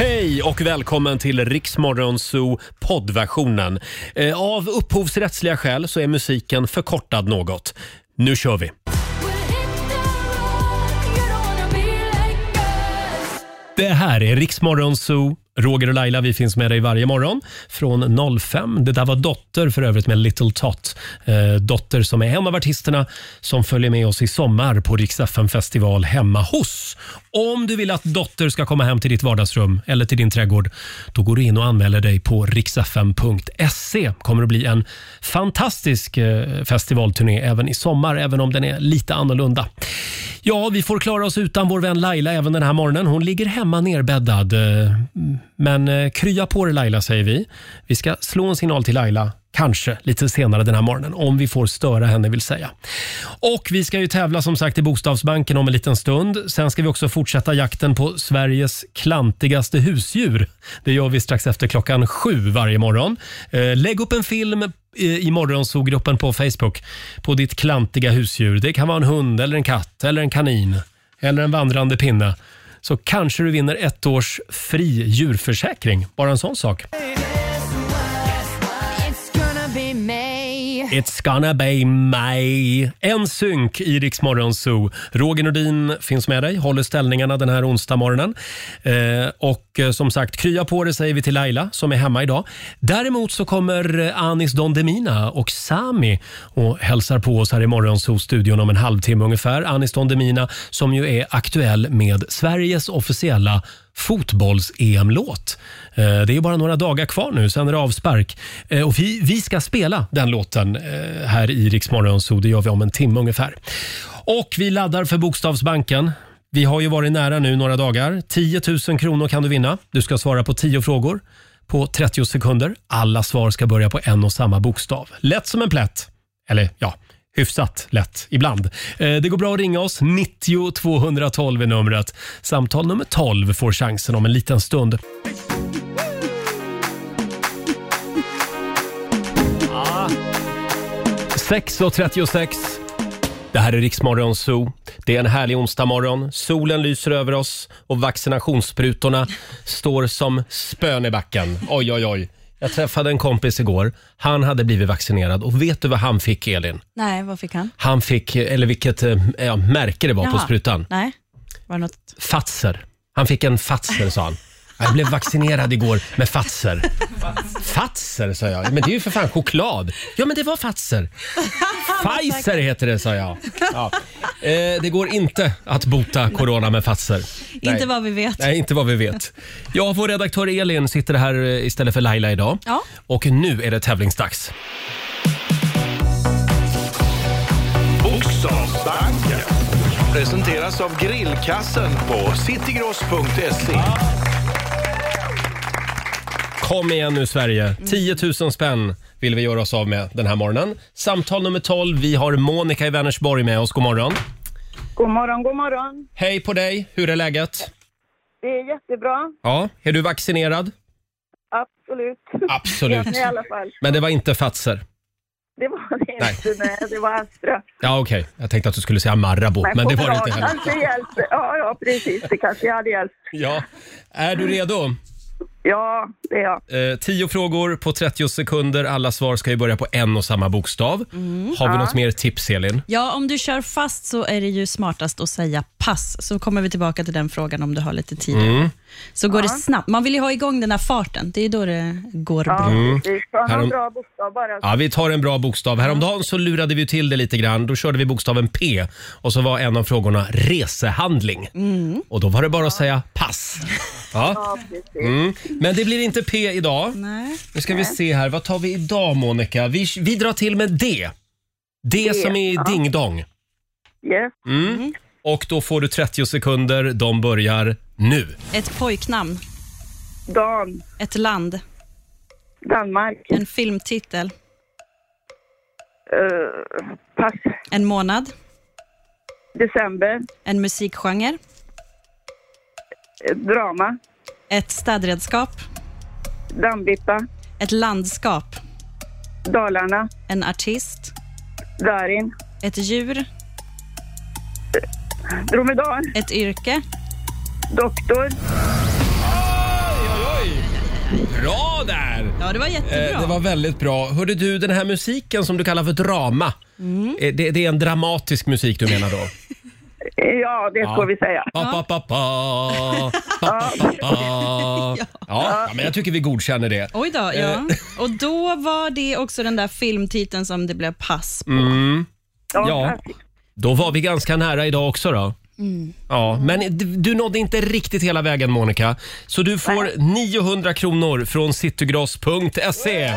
Hej och välkommen till Riksmorgon Zoo poddversionen. Av upphovsrättsliga skäl så är musiken förkortad något. Nu kör vi! Det här är Riksmorgon Zoo. Roger och Laila, vi finns med dig varje morgon från 05. Det där var Dotter för övrigt med Little Tot. Dotter som är en av artisterna som följer med oss i sommar på Rix FM-festival hemma hos. Om du vill att Dotter ska komma hem till ditt vardagsrum eller till din trädgård, då går du in och anmäler dig på rixfm.se. Kommer att bli en fantastisk festivalturné även i sommar, även om den är lite annorlunda. Ja, vi får klara oss utan vår vän Laila även den här morgonen. Hon ligger hemma nerbäddad. Men krya på det Laila, säger vi. Vi ska slå en signal till Laila, kanske lite senare den här morgonen, om vi får störa henne vill säga. Och vi ska ju tävla som sagt i Bokstavsbanken om en liten stund. Sen ska vi också fortsätta jakten på Sveriges klantigaste husdjur. Det gör vi strax efter 7:00 varje morgon. Lägg upp en film i morgonsogruppen på Facebook på ditt klantiga husdjur. Det kan vara en hund eller en katt eller en kanin eller en vandrande pinne. Så kanske du vinner 1 års fri djurförsäkring. Bara en sån sak. It's gonna be May. En synk i Rix Morgon Zoo. Roger Nordin finns med dig, håller ställningarna den här onsdag morgonen. Och som sagt, krya på det säger vi till Laila som är hemma idag. Däremot så kommer Anis Don Demina och Sami och hälsar på oss här i Morgon Zoo-studion om en halvtimme ungefär. Anis Don Demina som ju är aktuell med Sveriges officiella fotbolls-EM-låt. Det är bara några dagar kvar nu, sen är det avspark. Och vi ska spela den låten här i Rix Morgon Zoo. Det gör vi om en timme ungefär. Och vi laddar för Bokstavsbanken. Vi har ju varit nära nu några dagar. 10 000 kronor kan du vinna. Du ska svara på 10 frågor på 30 sekunder. Alla svar ska börja på en och samma bokstav. Lätt som en plätt. Eller ja, hyfsat lätt ibland. Det går bra att ringa oss. 90 212 är numret. Samtal nummer 12 får chansen om en liten stund. 6:36. Det här är Riksmorgon Zoo. Det är en härlig onsdag morgon. Solen lyser över oss och vaccinationssprutorna står som spön i backen. Oj, oj, oj. Jag träffade en kompis igår. Han hade blivit vaccinerad. Och vet du vad han fick, Elin? Nej, vad fick han? Han fick, eller vilket märke det var på sprutan. Nej, var det något? Pfizer. Han fick en Pfizer, sa han. Jag blev vaccinerad igår med Pfizer. Pfizer, sa jag. Men det är ju för fan choklad. Ja, men det var Pfizer. Pfizer heter det, sa jag. Ja. Det går inte att bota corona med Pfizer. Inte vad vi vet. Nej, inte vad vi vet. Jag, vår redaktör Elin, sitter här istället för Laila idag. Ja. Och nu är det tävlingsdags. Bokstavsbanken presenteras av Grillkassen på citygross.se. Kom igen nu Sverige. 10 000 spänn vill vi göra oss av med den här morgonen. Samtal nummer 12. Vi har Monica i Vänersborg med oss. God morgon. God morgon, god morgon. Hej på dig. Hur är läget? Det är jättebra. Ja, är du vaccinerad? Absolut. Absolut. I alla fall. Men det var inte Pfizer? Det var det inte, nej. Det var Astra. Ja, okej. Jag tänkte att du skulle säga Marabou, men det var det inte heller. Kanske hjälpte. Ja, precis. Det kanske hade hjälpt. Ja. Är du redo? Ja, det är jag. 10 frågor på 30 sekunder. Alla svar ska ju börja på en och samma bokstav. Har vi något mer tips, Elin? Ja, om du kör fast så är det ju smartast att säga pass. Så kommer vi tillbaka till den frågan om du har lite tid. Så går det snabbt. Man vill ju ha igång den här farten. Det är då det går bra. Vi ska ha en bra bokstav bara. Ja, vi tar en bra bokstav. Häromdagen så lurade vi till det lite grann. Då körde vi bokstaven P. Och så var en av frågorna resehandling. Och då var det bara att säga pass. Ja, precis. Men det blir inte P idag. Nej. Nu ska vi se här. Vad tar vi idag, Monica? Vi drar till med D. D som är ding-dong. Yes. Och då får du 30 sekunder. De börjar nu. Ett pojknamn. Dan. Ett land. Danmark. En filmtitel. Pass. En månad. December. En musikgenre. Drama. Ett städredskap. Dammvippa. Ett landskap. Dalarna. En artist. Darin. Ett djur. Dromedar. Ett yrke. Doktor. Bra där! Ja, det var jättebra. Det var väldigt bra. Hörde du, den här musiken som du kallar för drama, det är en dramatisk musik du menar då? Ja, det får vi säga. Ja, men jag tycker vi godkänner det. Oj då, ja. Och då var det också den där filmtiteln som det blev pass på. Ja, då var vi ganska nära idag också då. Ja, men du nådde inte riktigt hela vägen, Monica. Så du får 900 kronor från citygross.se. Ja.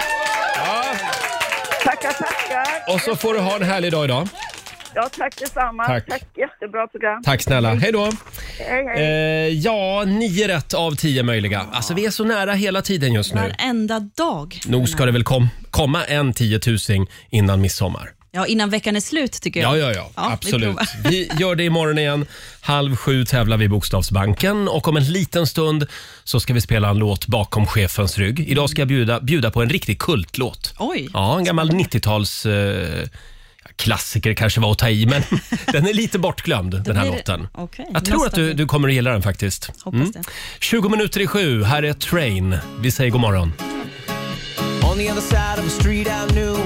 Tackar. Och så får du ha en härlig dag idag. Ja, tack detsamma. Tack. Jättebra program. Tack snälla. Hej då. Hej. Ja, 9 rätt av 10 möjliga. Alltså vi är så nära hela tiden just nu. Varenda dag. Nog ska det väl komma en 10 000 innan midsommar. Ja, innan veckan är slut tycker jag. Ja, absolut. Vi gör det imorgon igen. 6:30 tävlar vi i Bokstavsbanken och om en liten stund så ska vi spela en låt bakom chefens rygg. Idag ska jag bjuda på en riktig kultlåt. Oj. Ja, en gammal 90-tals klassiker kanske var att ta i, men den är lite bortglömd, den här låten. Okay. Jag tror att du kommer att gilla den faktiskt. Hoppas det. 7:20, här är Train. Vi säger god morgon. On the other side of the street I knew.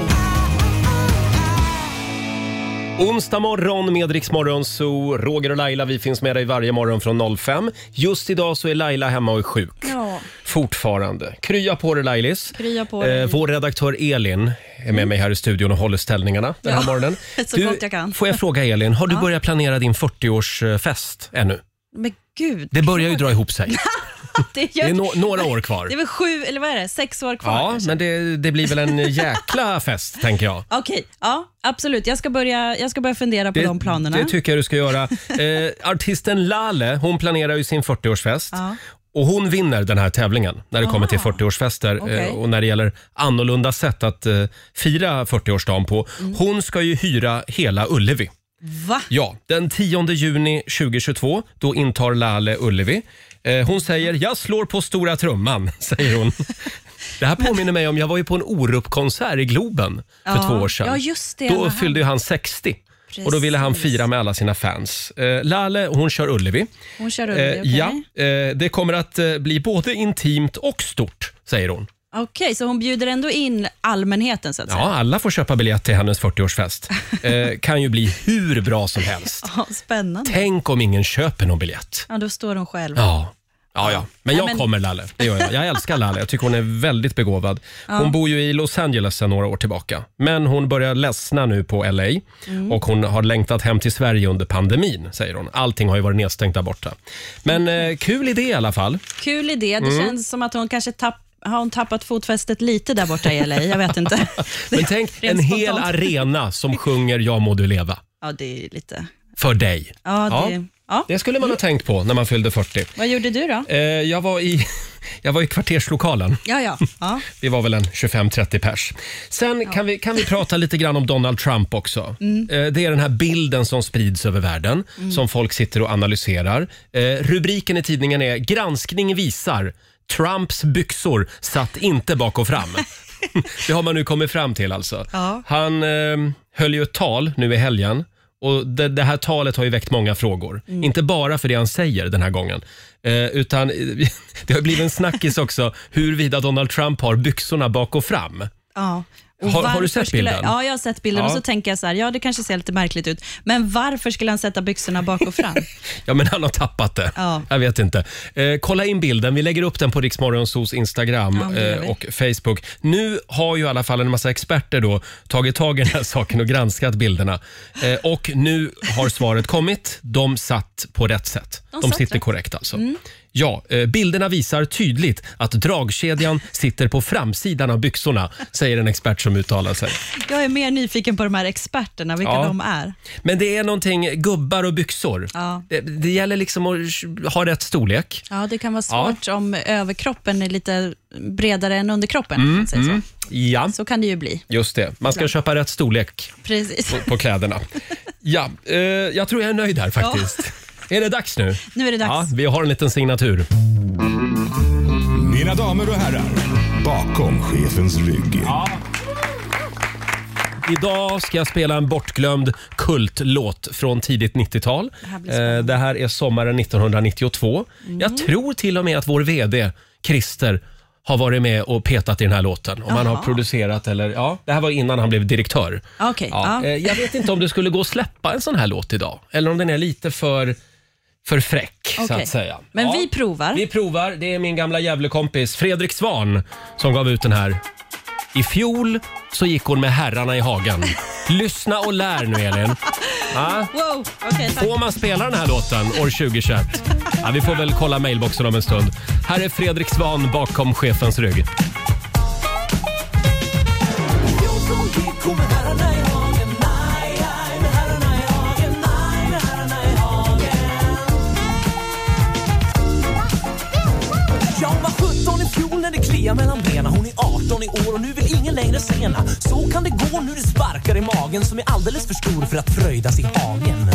Onsdag morgon med Rix Morgon, så Roger och Laila, vi finns med dig varje morgon från 05. Just idag så är Laila hemma och är sjuk. Ja. Fortfarande. Krya på dig, Lailis. Krya på dig. Vår redaktör Elin är med mig här i studion och håller ställningarna den här morgonen. Så gott jag kan. Får jag fråga Elin, har du börjat planera din 40-årsfest ännu? Men gud. Det börjar ju dra ihop sig. Det är några år kvar. Det är väl 7 eller vad är det? 6 år kvar. Ja, kanske. men det blir väl en jäkla fest, tänker jag. Okej, ja, absolut. Jag ska börja fundera på de planerna. Det tycker jag du ska göra. Artisten Lale, hon planerar ju sin 40-årsfest. Ja. Och hon vinner den här tävlingen när det kommer till 40-årsfester. Okay. Och när det gäller annorlunda sätt att fira 40-årsdagen på. Hon ska ju hyra hela Ullevi. Va? Ja, den 10 juni 2022 då intar Lale Ullevi. Hon säger, jag slår på stora trumman, säger hon. Det här påminner mig om, jag var ju på en Orup-konsert i Globen för 2 år sedan. Ja, just det. Då fyllde ju han 60. Precis. Och då ville han fira med alla sina fans. Lale, hon kör Ullevi. Hon kör Ullevi, okej. Ja, det kommer att bli både intimt och stort, säger hon. Okej, så hon bjuder ändå in allmänheten så att säga? Ja, alla får köpa biljett till hennes 40-årsfest. Kan ju bli hur bra som helst. Ja, spännande. Tänk om ingen köper någon biljett. Ja, då står hon själv. Ja. Men jag kommer Lalle, det gör jag. Jag älskar Lalle, jag tycker hon är väldigt begåvad. Hon bor ju i Los Angeles sedan några år tillbaka. Men hon börjar ledsna nu på LA. Och hon har längtat hem till Sverige under pandemin, säger hon. Allting har ju varit nedstängt där borta. Men kul idé i alla fall. Kul idé, det känns som att hon kanske har hon tappat fotfästet lite där borta i LA, jag vet inte. Men tänk en hel arena som sjunger Jag må du leva. Ja, det är lite... För dig. Ja. Det skulle man ha tänkt på när man fyllde 40. Vad gjorde du då? Jag var i kvarterslokalen. Ja. Vi var väl en 25-30 pers. Sen kan vi prata lite grann om Donald Trump också. Det är den här bilden som sprids över världen som folk sitter och analyserar. Rubriken i tidningen är Granskning visar Trumps byxor satt inte bak och fram. Det har man nu kommit fram till alltså. Ja. Han höll ju ett tal nu i helgen. Och det här talet har ju väckt många frågor. Inte bara för det han säger den här gången. Utan det har blivit en snackis också huruvida Donald Trump har byxorna bak och fram. Ja. Har du sett bilden? Ja, jag har sett bilden och så tänker jag så här, det kanske ser lite märkligt ut. Men varför skulle han sätta byxorna bak och fram? Ja, men han har tappat det. Ja. Jag vet inte. Kolla in bilden. Vi lägger upp den på Rix Morgonzos Instagram och Facebook. Nu har ju i alla fall en massa experter då tagit tag i den här saken och granskat bilderna. Och nu har svaret kommit. De satt på rätt sätt. De sitter rätt. Korrekt alltså. Ja, bilderna visar tydligt att dragkedjan sitter på framsidan av byxorna, säger en expert som uttalar sig. Jag är mer nyfiken på de här experterna, vilka de är. Men det är någonting, gubbar och byxor. Ja. Det gäller liksom att ha rätt storlek. Ja, det kan vara svårt om överkroppen är lite bredare än underkroppen. Så. Ja. Så kan det ju bli. Just det, man ska köpa rätt storlek. Precis. På kläderna. Ja, jag tror jag är nöjd här faktiskt. Ja. Är det dags nu? Nu är det dags. Ja, vi har en liten signatur. Mina damer och herrar, bakom chefens rygg. Ja. Idag ska jag spela en bortglömd kultlåt från tidigt 90-tal. Det här är sommaren 1992. Jag tror till och med att vår vd Christer har varit med och petat i den här låten. Om man har producerat eller... Ja, det här var innan han blev direktör. Okej. Jag vet inte om det skulle gå att släppa en sån här låt idag. Eller om den är lite för fräck, så att säga. Men vi provar. Vi provar. Det är min gamla Gävlekompis Fredrik Svan som gav ut den här. I fjol så gick hon med herrarna i hagen. Lyssna och lär nu, Elin. Wow. Okay, tack. Får man spela den här låten år 2021? Vi får väl kolla mailboxen om en stund. Här är Fredrik Svan bakom chefens rygg. När det kliar mellan benen. Hon är 18 i år och nu vill ingen längre sena. Så kan det gå nu det sparkar i magen som är alldeles för stor för att fröjdas i hagen.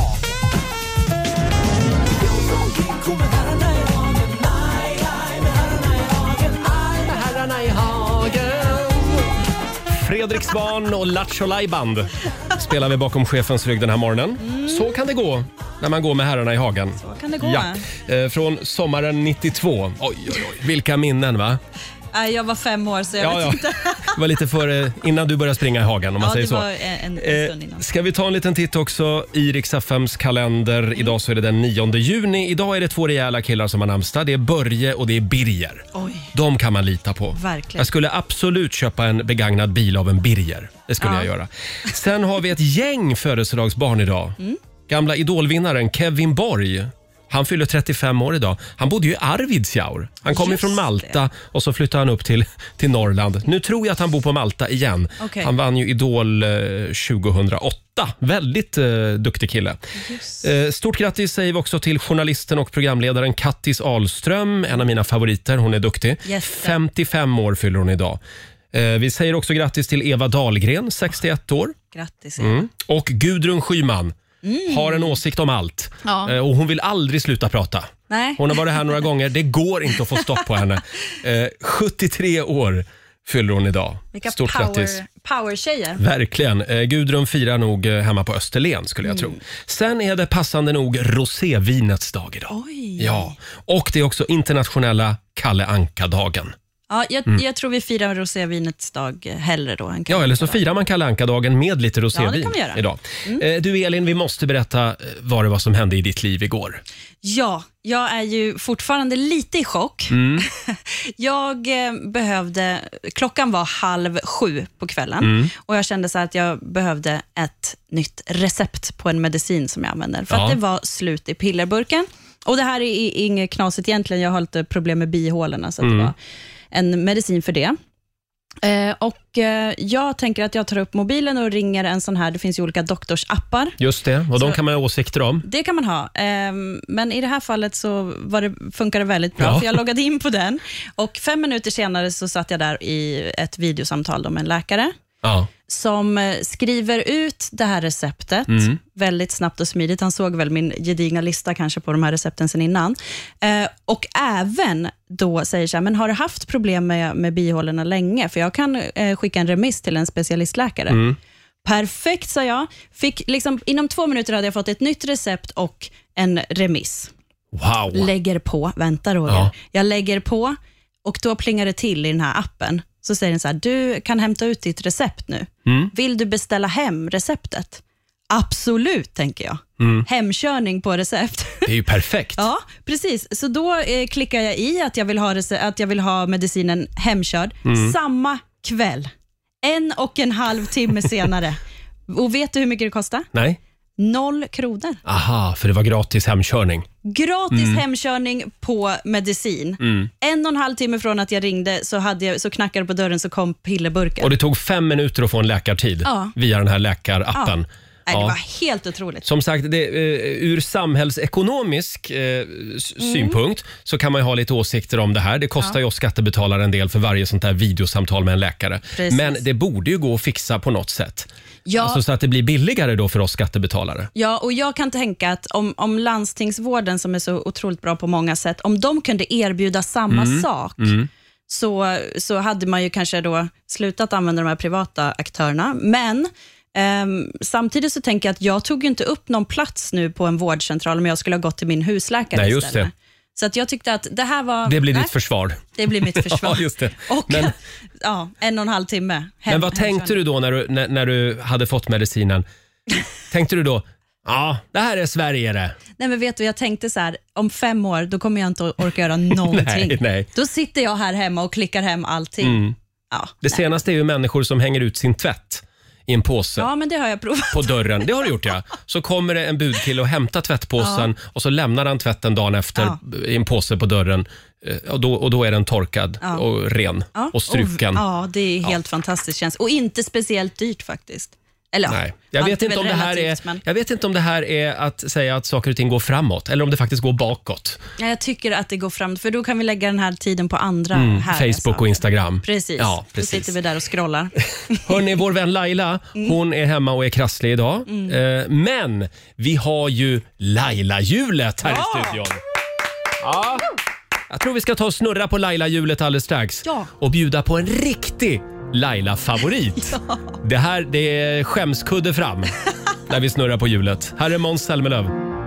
Fredrik Svan och Lattjo Lajband spelar vi bakom chefens rygg den här morgonen. Så kan det gå när man går med herrarna i hagen. Så kan det gå. Från sommaren 92. Oj, vilka minnen, va? Jag var 5 år så jag vet inte. Det var lite före, innan du började springa i hagen, om man säger så. Ja, det var en stund innan. Ska vi ta en liten titt också i Rix FMs kalender. Idag så är det den 9 juni. Idag är det 2 rejäla killar som har namnsdag. Det är Börje och det är Birger. Oj. De kan man lita på. Verkligen. Jag skulle absolut köpa en begagnad bil av en Birger. Det skulle jag göra. Sen har vi ett gäng födelsedagsbarn idag. Gamla idolvinnaren Kevin Borg. Han fyller 35 år idag. Han bodde ju i Arvidsjaur. Han kom från Malta och så flyttade han upp till Norrland. Nu tror jag att han bor på Malta igen. Okay. Han vann ju Idol 2008. Väldigt duktig kille. Stort grattis säger vi också till journalisten och programledaren Kattis Ahlström. En av mina favoriter. Hon är duktig. 55 år fyller hon idag. Vi säger också grattis till Eva Dahlgren, 61 år. Grattis. Och Gudrun Schyman. Har en åsikt om allt. Och hon vill aldrig sluta prata. Nej. Hon har varit här några gånger. Det går inte att få stopp på henne. 73 år fyller hon idag. Vilka stort grattis. Power-tjejer. Verkligen. Gudrun firar nog hemma på Österlen, skulle jag tro. Sen är det passande nog rosévinets dag idag. Oj. Ja. Och det är också internationella Kalle Anka-dagen. Ja, jag tror vi firar rosévinets dag hellre då än eller så firar man Kalle Anka-dagen med lite rosévin det kan vi göra. idag. Du Elin, vi måste berätta vad det var som hände i ditt liv igår. Ja, jag är ju fortfarande lite i chock. Jag klockan var 6:30 på kvällen och jag kände så här att jag behövde ett nytt recept på en medicin som jag använder. För att det var slut i pillerburken. Och det här är inget knasigt egentligen, jag har lite problem med bihålorna så att det var en medicin för det. Jag tänker att jag tar upp mobilen och ringer en sån här, det finns ju olika doktorsappar. Just det, och de kan man ha åsikter om. Det kan man ha, men i det här fallet så funkar det väldigt bra, för jag loggade in på den och 5 minuter senare så satt jag där i ett videosamtal med en läkare. Som skriver ut det här receptet väldigt snabbt och smidigt. Han såg väl min gedigna lista kanske på de här recepten sen innan. Och även då säger så här, men har du haft problem med bihålorna länge? För jag kan skicka en remiss till en specialistläkare. Perfekt, sa jag. Inom 2 minuter hade jag fått ett nytt recept och en remiss. Wow. Lägger på, vänta Roger. Jag lägger på och då plingar det till i den här appen. Så säger den så här, du kan hämta ut ditt recept nu. Vill du beställa hem receptet? Absolut, tänker jag. Hemkörning på recept. Det är ju perfekt. Ja, precis. Så då klickar jag i att jag vill ha medicinen hemkörd. Samma kväll. 1,5 timme senare. Och vet du hur mycket det kostar? Nej. 0 kronor. Aha, för det var gratis hemkörning. Gratis hemkörning på medicin. 1,5 timme från att jag ringde så knackade på dörren så kom pillerburken. Och det tog 5 minuter att få en läkartid via den här läkarappen. Nej, det var helt otroligt. Som sagt, ur samhällsekonomisk synpunkt så kan man ju ha lite åsikter om det här. Det kostar ju oss skattebetalare en del för varje sånt här videosamtal med en läkare. Precis. Men det borde ju gå att fixa på något sätt. Ja. Alltså så att det blir billigare då för oss skattebetalare. Ja, och jag kan tänka att om landstingsvården som är så otroligt bra på många sätt, om de kunde erbjuda samma sak så hade man ju kanske då slutat använda de här privata aktörerna. Men samtidigt så tänker jag att jag tog ju inte upp någon plats nu på en vårdcentral om jag skulle ha gått till min husläkare istället. Så att jag tyckte att det här var... Det blir ditt försvar. Det blir mitt försvar. Ja, just det. Och 1,5 timme. Men vad tänkte du då när du hade fått medicinen? Tänkte du då, ja, det här är Sverige det. Nej, men vet du, jag tänkte så här, om 5 år då kommer jag inte orka göra någonting. nej. Då sitter jag här hemma och klickar hem allting. Ja, det senaste är ju människor som hänger ut sin tvätt i en påse. Ja, men det har jag provat. På dörren. Det har du gjort, ja. Så kommer det en budkille och hämtar tvättpåsen och så lämnar han tvätten dagen efter i en påse på dörren. Och då är den torkad och ren och struken. Ja, det är helt fantastiskt känns. Och inte speciellt dyrt faktiskt. Eller, nej. Jag vet inte om det här är att säga att saker och ting går framåt eller om det faktiskt går bakåt. Ja, jag tycker att det går framåt, för då kan vi lägga den här tiden på andra här. Facebook och Instagram. Precis. Ja, precis. Då sitter vi där och scrollar. Hörrni, vår vän Laila, hon är hemma och är krasslig idag. Men vi har ju Laila-hjulet här i studion. Ja. Jag tror vi ska ta och snurra på Laila-hjulet alldeles strax. Ja. Och bjuda på en riktig Laila-favorit. Det är skämskudde fram när vi snurrar på hjulet. Här är Måns Zelmerlöw.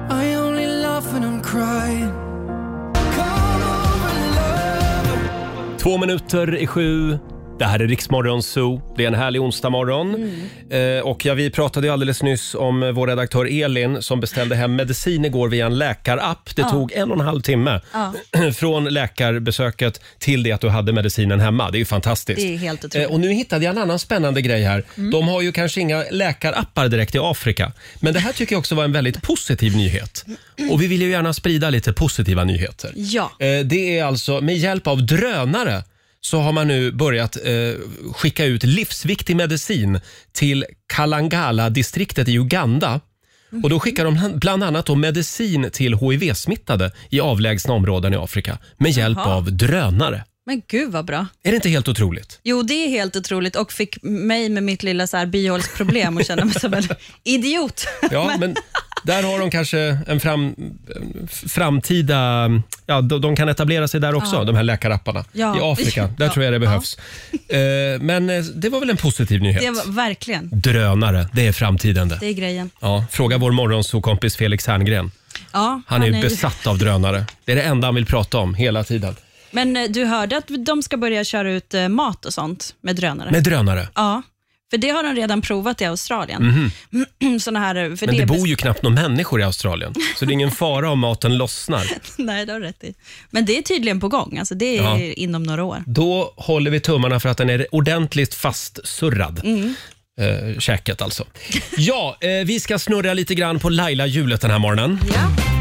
6:02. Det här är Riksmorgon Zoo. Det är en härlig onsdagmorgon. Och vi pratade ju alldeles nyss om vår redaktör Elin som beställde hem medicin igår via en läkarapp. Det tog 1,5 timme från läkarbesöket till det att du hade medicinen hemma. Det är ju fantastiskt. Det är helt otroligt. Och nu hittade jag en annan spännande grej här. De har ju kanske inga läkarappar direkt i Afrika. Men det här tycker jag också var en väldigt positiv nyhet. Och vi vill ju gärna sprida lite positiva nyheter. Ja. Det är alltså med hjälp av drönare så har man nu börjat skicka ut livsviktig medicin till Kalangala-distriktet i Uganda. Och då skickar de bland annat medicin till HIV-smittade i avlägsna områden i Afrika med hjälp av drönare. Men gud vad bra. Är det inte helt otroligt? Jo, det är helt otroligt och fick mig med mitt lilla så här bihålsproblem och känna mig som en idiot. Ja, men där har de kanske en framtida... Ja, de kan etablera sig där också, de här läkarapparna i Afrika. Där tror jag det behövs. Men det var väl en positiv nyhet? Det var verkligen. Drönare, det är framtiden det. Det är grejen. Ja, fråga vår morgonsokompis Felix Herngren. Ja, han är ju besatt av drönare. Det är det enda han vill prata om hela tiden. Men du hörde att de ska börja köra ut mat och sånt med drönare? Med drönare? Ja, för det har de redan provat i Australien. Såna här, för men det bor ju knappt någon människor i Australien. Så det är ingen fara om maten lossnar. Nej, det har rätt i. Men det är tydligen på gång. Alltså det är inom några år. Då håller vi tummarna för att den är ordentligt fastsurrad. Käket alltså. Ja, vi ska snurra lite grann på Laila-hjulet den här morgonen. Ja.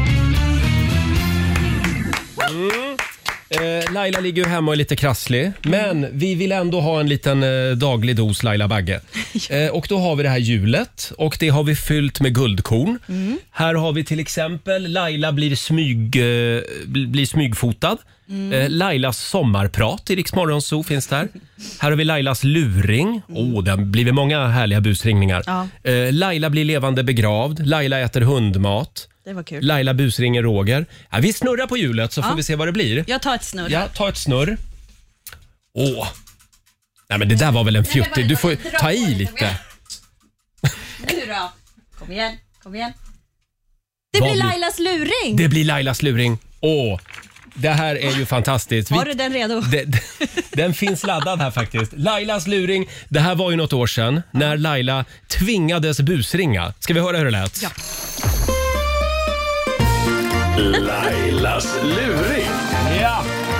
Laila ligger ju hemma och är lite krasslig. Men vi vill ändå ha en liten daglig dos Laila Bagge. Och då har vi det här hjulet. Och det har vi fyllt med guldkorn. Här har vi till exempel Laila blir smygfotad. Lailas sommarprat i Riksmorgon Zoo finns där. Här har vi Lailas luring. Det blir många härliga busringningar. Laila blir levande begravd. Laila äter hundmat. Det var kul. Laila busringer Roger. Ja, vi snurrar på hjulet så får vi se vad det blir. Jag tar ett snurr. Ja, ta ett snurr. Nej, men det där var väl en fjuttig. Du får ta i lite. Nu då. Kom igen. Det blir Lailas luring. Det blir Lailas luring. Det här är ju fantastiskt. Har du den redo? Den finns laddad här faktiskt. Lailas luring. Det här var ju något år sedan när Laila tvingades busringa. Ska vi höra hur det lät? Ja. Lailas luring. Ja.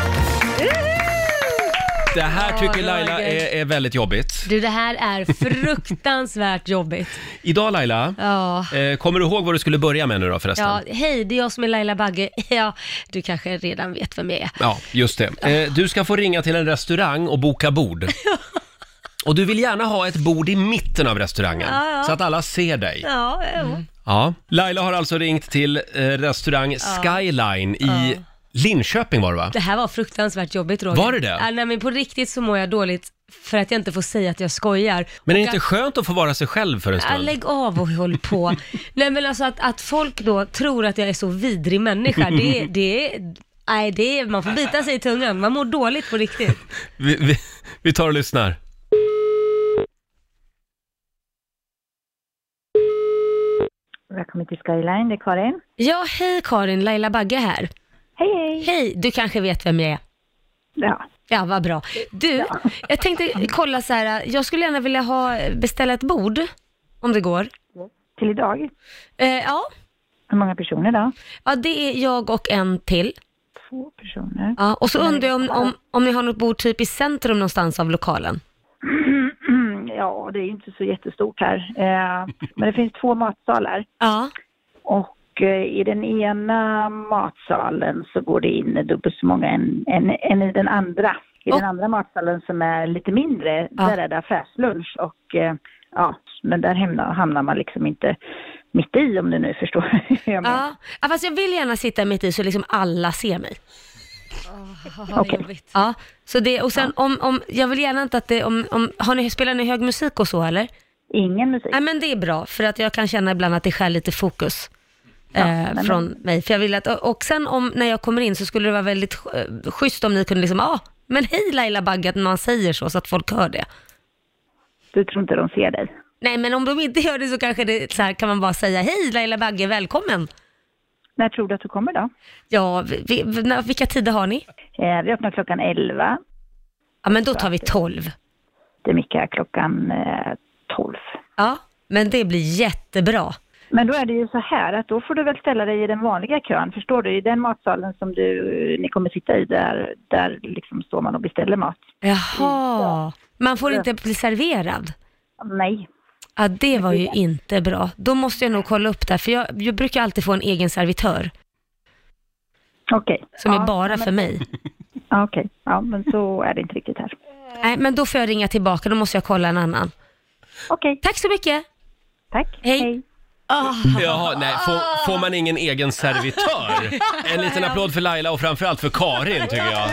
Det här tycker Laila är väldigt jobbigt. Du, det här är fruktansvärt jobbigt. Idag Laila, kommer du ihåg vad du skulle börja med nu då förresten? Ja, hej, det är jag som är Laila Bagge. Ja, du kanske redan vet vem jag är. Ja, just det. Du ska få ringa till en restaurang och boka bord. Och du vill gärna ha ett bord i mitten av restaurangen så att alla ser dig. Ja. Laila har alltså ringt till restaurang Skyline i Linköping var det, va? Det här var fruktansvärt jobbigt, Roger. Var det det? Nej, men på riktigt så mår jag dåligt för att jag inte får säga att jag skojar. Men är det inte skönt att få vara sig själv för en stund? Lägg av och håll på. Nej, men alltså att folk då tror att jag är så vidrig människa, man får bita sig i tungan. Man mår dåligt på riktigt. Vi tar och lyssnar. Välkommen till Skyline, det är Karin. Ja, hej Karin, Laila Bagge här. Hej. Hej, du kanske vet vem jag är? Ja, vad bra. Du, jag tänkte kolla så här. Jag skulle gärna vilja beställa ett bord, om det går. Till idag? Ja. Hur många personer då? Ja, det är jag och en till. 2 personer. Ja, och så undrar jag om ni har något bord typ i centrum någonstans av lokalen. Ja, det är ju inte så jättestort här. Men det finns 2 matsalar. Ja. Och i den ena matsalen så går det in dubbelt så många än i den andra. I den andra matsalen som är lite mindre, där är det affärslunch. Och men där hamnar man liksom inte mitt i, om du nu förstår. Ja, fast jag vill gärna sitta mitt i så liksom alla ser mig. Okej. Ja, så det, och sen om jag vill gärna inte att det, spelar ni hög musik och så eller? Ingen musik. Nej, men det är bra, för att jag kan känna ibland att det skär lite fokus från mig. För jag vill att, och sen när jag kommer in så skulle det vara väldigt schysst om ni kunde liksom, men hej Laila Bagge, när man säger så att folk hör det. Du tror inte de ser dig? Nej, men om de inte gör det så kanske det så här, kan man bara säga hej Laila Bagge, välkommen. När tror du att du kommer då? Ja, vilka tider har ni? Vi öppnar klockan 11. Ja, men då tar vi 12. Det är mycket klockan 12. Ja, men det blir jättebra. Men då är det ju så här att då får du väl ställa dig i den vanliga kön, förstår du? I den matsalen som ni kommer sitta i, där liksom står man och beställer mat. Jaha, man får inte bli serverad? Nej. Ja, det var ju inte bra. Då måste jag nog kolla upp det, för jag brukar alltid få en egen servitör. Okej. Som är bara för mig. Okej, ja, men så är det inte riktigt här. Nej, men då får jag ringa tillbaka, då måste jag kolla en annan. Okej. Tack så mycket. Tack. Hej. Jaha, nej, får man ingen egen servitör? En liten applåd för Laila och framförallt för Karin, tycker jag.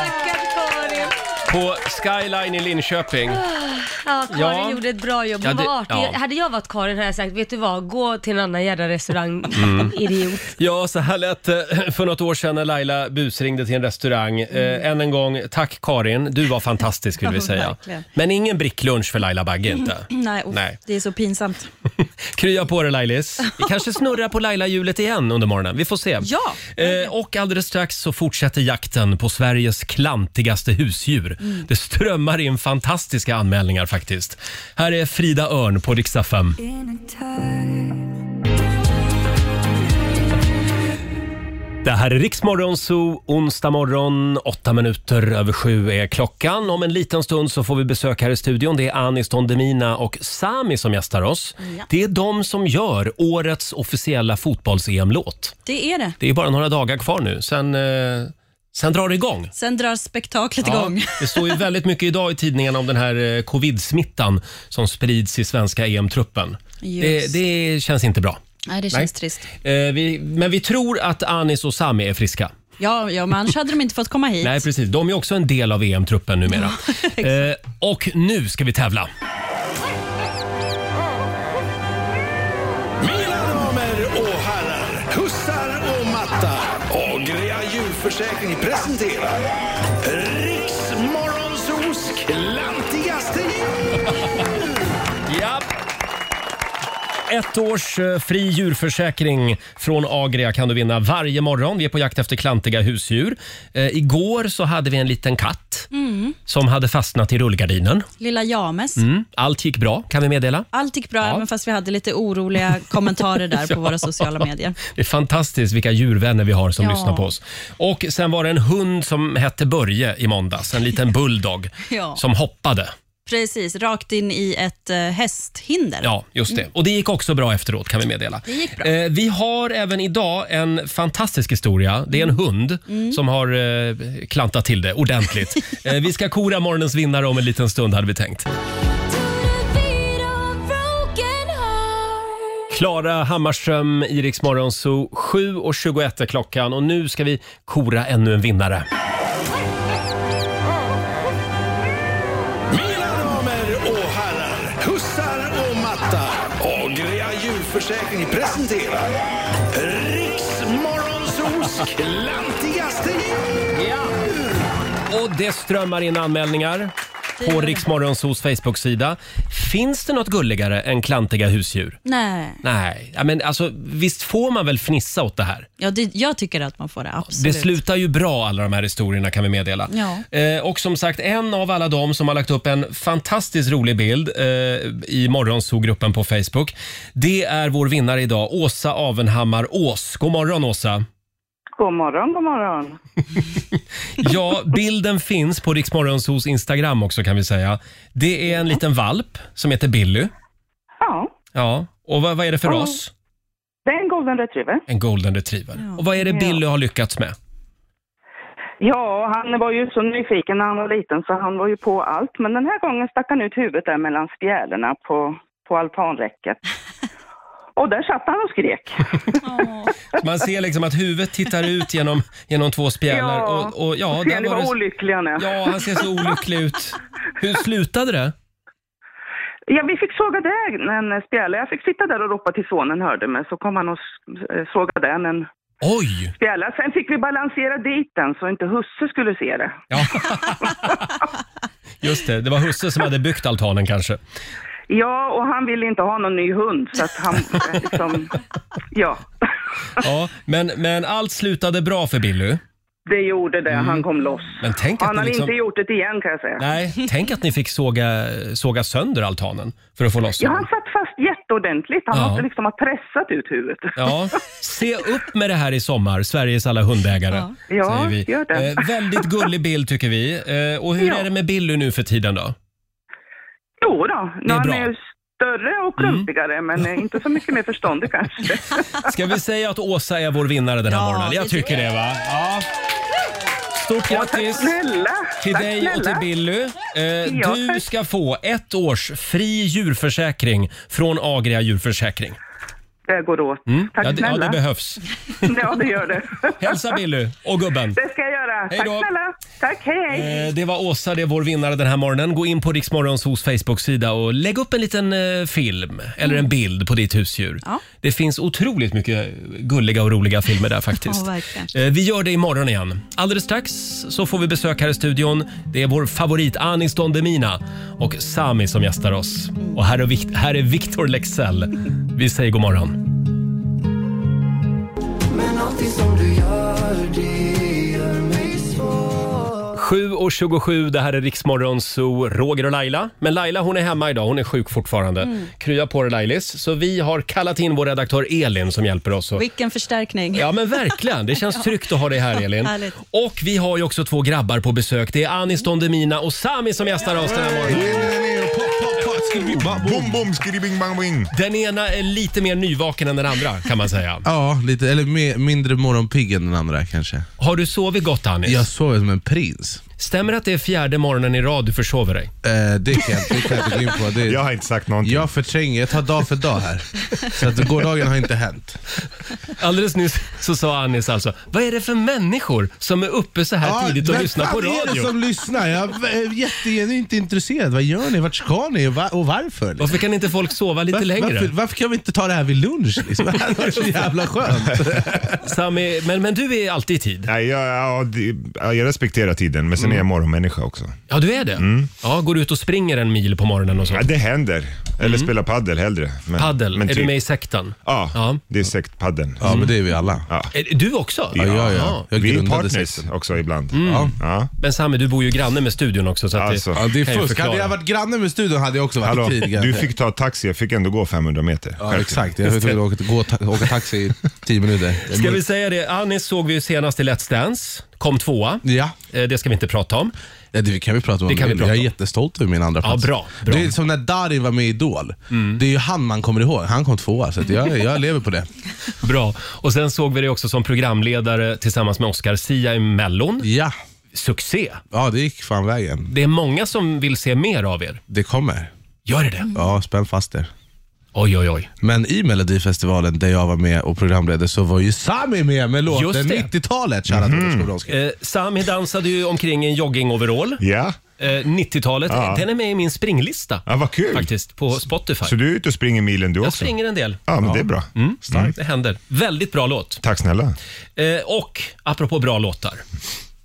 På Skyline i Linköping. Ja, Karin gjorde ett bra jobb. Hade jag varit Karin hade jag sagt, vet du vad, gå till en annan jävla restaurang, idiot. Ja, så här lät för något år sedan när Laila busringde till en restaurang. Än en gång, tack Karin, du var fantastisk vill vi säga. Verkligen. Men ingen bricklunch för Laila Bagge inte. Nej, det är så pinsamt. Krya på det Lailis. Vi kanske snurrar på Laila-hjulet igen under morgonen. Vi får se. Ja. Och alldeles strax så fortsätter jakten på Sveriges klantigaste husdjur. Det strömmar in fantastiska anmälningar faktiskt. Här är Frida Örn på Rix FM. Det här är Rix Morgon Zoo, onsdag morgon, 7:08 är klockan. Om en liten stund så får vi besök här i studion. Det är Anis Don Demina och Sami som gästar oss. Ja. Det är de som gör årets officiella fotbolls-EM-låt. Det är det. Det är bara några dagar kvar nu. Sen drar det igång. Sen drar spektaklet igång. Det står ju väldigt mycket idag i tidningen om den här covid-smittan som sprids i svenska EM-truppen. Det känns inte bra. Nej, det känns trist. Men vi tror att Anis och Sami är friska. Ja, men annars hade de inte fått komma hit. Nej, precis. De är också en del av EM-truppen numera. Och nu ska vi tävla. Mina damer och herrar, hussar och mattar. Agria djurförsäkring presenterar Rix Morgonzoos klantigaste djur. Ja. 1 års fri djurförsäkring från Agria kan du vinna varje morgon. Vi är på jakt efter klantiga husdjur. Igår så hade vi en liten katt som hade fastnat i rullgardinen. Lilla James. Allt gick bra, kan vi meddela. Allt gick bra, även fast vi hade lite oroliga kommentarer där på våra sociala medier. Det är fantastiskt vilka djurvänner vi har som lyssnar på oss. Och sen var det en hund som hette Börje i måndags. En liten bulldog som hoppade. Precis, rakt in i ett hästhinder. Ja, just det. Och det gick också bra efteråt kan vi meddela. Det gick bra. Vi har även idag en fantastisk historia. Det är en hund som har klantat till det ordentligt. Vi ska kora morgonens vinnare om en liten stund hade vi tänkt. Klara Hammarström, Rix Morgon Zoo, 7:21 är klockan och nu ska vi kora ännu en vinnare. Hussar och mattar. Agria djurförsäkring presenterar Rix Morgonzoos klantigaste djur. Ja. Och det strömmar in anmälningar. på Rix Morgonzos Facebook-sida. Finns det något gulligare än klantiga husdjur? Nej. Ja, men alltså, visst får man väl fnissa åt det här? Ja, jag tycker att man får det, absolut. Det slutar ju bra, alla de här historierna, kan vi meddela. Ja. Och som sagt, en av alla de som har lagt upp en fantastiskt rolig bild i Morgonzoo-gruppen på Facebook, det är vår vinnare idag, Åsa Avenhammar Ås. God morgon, Åsa. God morgon. Ja, bilden finns på Rix Morgonzos Instagram också, kan vi säga. Det är en liten valp som heter Billy. Ja. Och vad är det för ras? Det är en golden retriever. En golden retriever. Ja. Och vad är det Billy har lyckats med? Ja, han var ju så nyfiken när han var liten så han var ju på allt. Men den här gången stack han ut huvudet där mellan spjälorna på altanräcket. Och där satt han och skrek. Man ser liksom att huvudet tittar ut genom två spjälor. Ja, ser ni vad olycklig han är? Ja, han ser så olycklig ut. Hur slutade det? Ja, vi fick såga där en spjäla. Jag fick sitta där och ropa till sonen hörde mig. Så kom han och sågade en spjäla. Sen fick vi balansera dit den så inte husse skulle se det. Ja. Just det var husse som hade byggt altanen kanske. Ja, och han ville inte ha någon ny hund så att han liksom, ja. Ja, men allt slutade bra för Billy. Det gjorde det, han kom loss. Men tänk att han har inte gjort det igen, kan jag säga. Nej, tänk att ni fick såga sönder altanen för att få loss honom. Ja, han satt fast jätteordentligt. Han måste liksom ha pressat ut huvudet. Ja, se upp med det här i sommar, Sveriges alla hundägare. Ja, säger vi. Gör det. Väldigt gullig bild tycker vi. Och hur är det med Billy nu för tiden då? Jo då, han är ju större och klumpigare, men inte så mycket mer förståndig kanske. Ska vi säga att Åsa är vår vinnare den här morgonen? Jag tycker det, va? Ja. Stort grattis till dig och till Billy. Du ska få 1 års fri djurförsäkring från Agria djurförsäkring. Det går åt. Tack snälla. Ja, det behövs. Ja, det gör det. Hälsa Billy och gubben. Det ska jag göra. Hej Tack då. snälla. Tack, hej. Det var Åsa, det är vår vinnare den här morgonen. Gå in på Rix Morgonzos Facebook-sida och lägg upp en liten film eller en bild på ditt husdjur. Ja. Det finns otroligt mycket gulliga och roliga filmer där faktiskt. Vi gör det imorgon igen. Alldeles strax så får vi besök här i studion. Det är vår favorit Anis Don Demina och Sami som gästar oss. Och här är Victor Lexell. Vi säger god morgon. Men alltid som du gör, det gör mig svår. 7:27, det här är Rix Morgonzoo, Roger och Laila. Men Laila, hon är hemma idag, hon är sjuk fortfarande. Krya på dig, Lailis. Så vi har kallat in vår redaktör Elin som hjälper oss. Vilken förstärkning. Ja, men verkligen. Det känns tryggt att ha dig här, Elin. Och vi har ju också 2 grabbar på besök. Det är Anis Don Demina och Sami som gästar oss den här morgonen. Bom, bom, skidibing, bang, bing. Den ena är lite mer nyvaken än den andra, kan man säga. Ja, lite, eller mindre morgonpigg än den andra kanske. Har du sovit gott, Anis? Jag sover som en prins. Stämmer att det är 4:e morgonen i rad du försover dig? Det kan jag inte gå in på. Jag har inte sagt någonting. Jag förtränger, jag tar dag för dag här. Så att gårdagen har inte hänt. Alldeles nyss så sa Anis alltså, vad är det för människor som är uppe så här tidigt och lyssnar på radio? Vad är det som lyssnar? Jag är inte intresserad. Vad gör ni? Vart ska ni? Och varför? Varför kan inte folk sova lite längre? Varför kan vi inte ta det här vid lunch? Liksom? Det här var så jävla skönt. Sami, men du är alltid i tid. Ja, jag respekterar tiden, men sen är jag morgonmänniska också. Ja, du är det? Ja, går du ut och springer en mil på morgonen och så? Ja, det händer. Eller spelar paddel hellre. Paddel? Är du med i sekten? Ja, det är sektpaddeln. Ja, men det är vi alla. Ja. Är du också? Ja. Vi är partners också ibland. Ja. Men Sami, du bor ju granne med studion också. Så att alltså. Det är fusk. Hade jag varit granne med studion hade jag också varit tidigare. Du fick ta taxi, jag fick ändå gå 500 meter. Ja, exakt. Jag fick åka taxi i 10 minuter. Ska vi säga det? Anis såg vi ju senast i Let's Dance. Kom 2:a. Ja. Det ska vi inte prata om. Ja, det kan vi prata om. Jag är jättestolt över min andra plats. Ja, bra. Det är som när Darin var med i Idol. Det är ju han man kommer ihåg. Han kom 2:a, så att jag lever på det. Bra. Och sen såg vi det också som programledare tillsammans med Oscar Sia i Mellon. Ja. Succé. Ja, det gick fan vägen. Det är många som vill se mer av er. Det kommer. Gör det? Ja, spänn fast er. Oj. Men i Melodifestivalen där jag var med och programledde så var ju Sami med låten 90-talet. Sami dansade ju omkring i en joggingoverall. Ja. 90-talet. Den är med i min springlista. Ja, vad kul. Faktiskt, på Spotify. Så du är ute och springer milen du också? Jag springer en del. Ja, men det är bra. Det händer. Väldigt bra låt. Tack snälla. Och apropå bra låtar.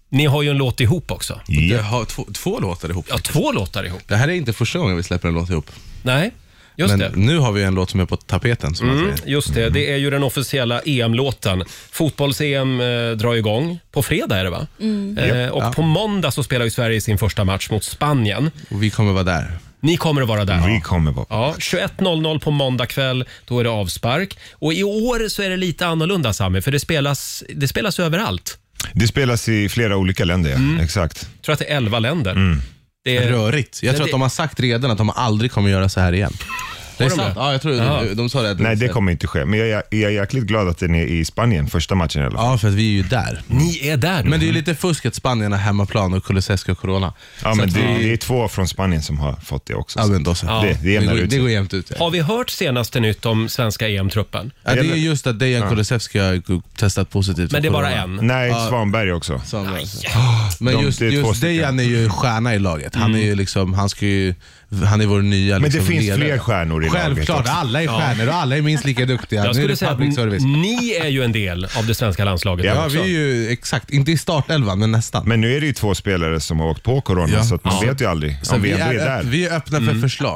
Ni har ju en låt ihop också. Jag har två låtar ihop. Ja, 2 låtar ihop. Det här är inte första gången vi släpper en låt ihop. Nej, just det. Nu har vi en låt som är på tapeten, som man säger. Just det, det är ju den officiella EM-låten. Fotbolls-EM drar igång. På fredag är det, va? Och på måndag så spelar ju Sverige sin första match mot Spanien. Och vi kommer vara där. Ni kommer vara där. Vi kommer vara. Ja, 21.00 på måndag kväll, då är det avspark. Och i år så är det lite annorlunda, Sami, för det spelas överallt. Det spelas i flera olika länder, exakt. Jag tror att det är 11 länder. Det är rörigt. Jag tror att de har sagt redan att de aldrig kommer göra så här igen. Det är sant. Ja, jag tror de sa det. Nej, det kommer inte ske. Men jag är jäkligt glad att den är i Spanien, första matchen i alla fall. Ja, för att vi är ju där. Ni är där. Men det är ju lite fusk att Spanien har hemmaplan och Kulusevski och Corona. Ja, men det är 2 från Spanien som har fått det också. Ja, men då så. Det går jämnt ut. Har vi hört senaste nytt om svenska EM-truppen? Ja, det är just att Dejan Kulusevski har testat positivt. Men det är bara en? Nej, Svanberg också. Men just Dejan är ju stjärna i laget. Han är ju liksom, han är vår nya men liksom, det finns ledare. fler stjärnor i laget. Självklart, alla är stjärnor och alla är minst lika duktiga. Jag skulle säga att ni är ju en del av det svenska landslaget. Ja, också. vi är ju exakt, inte i startelvan men nästan. Men nu är det ju 2 spelare som har åkt på corona, så att man vet ju aldrig så om vi är öppna för förslag.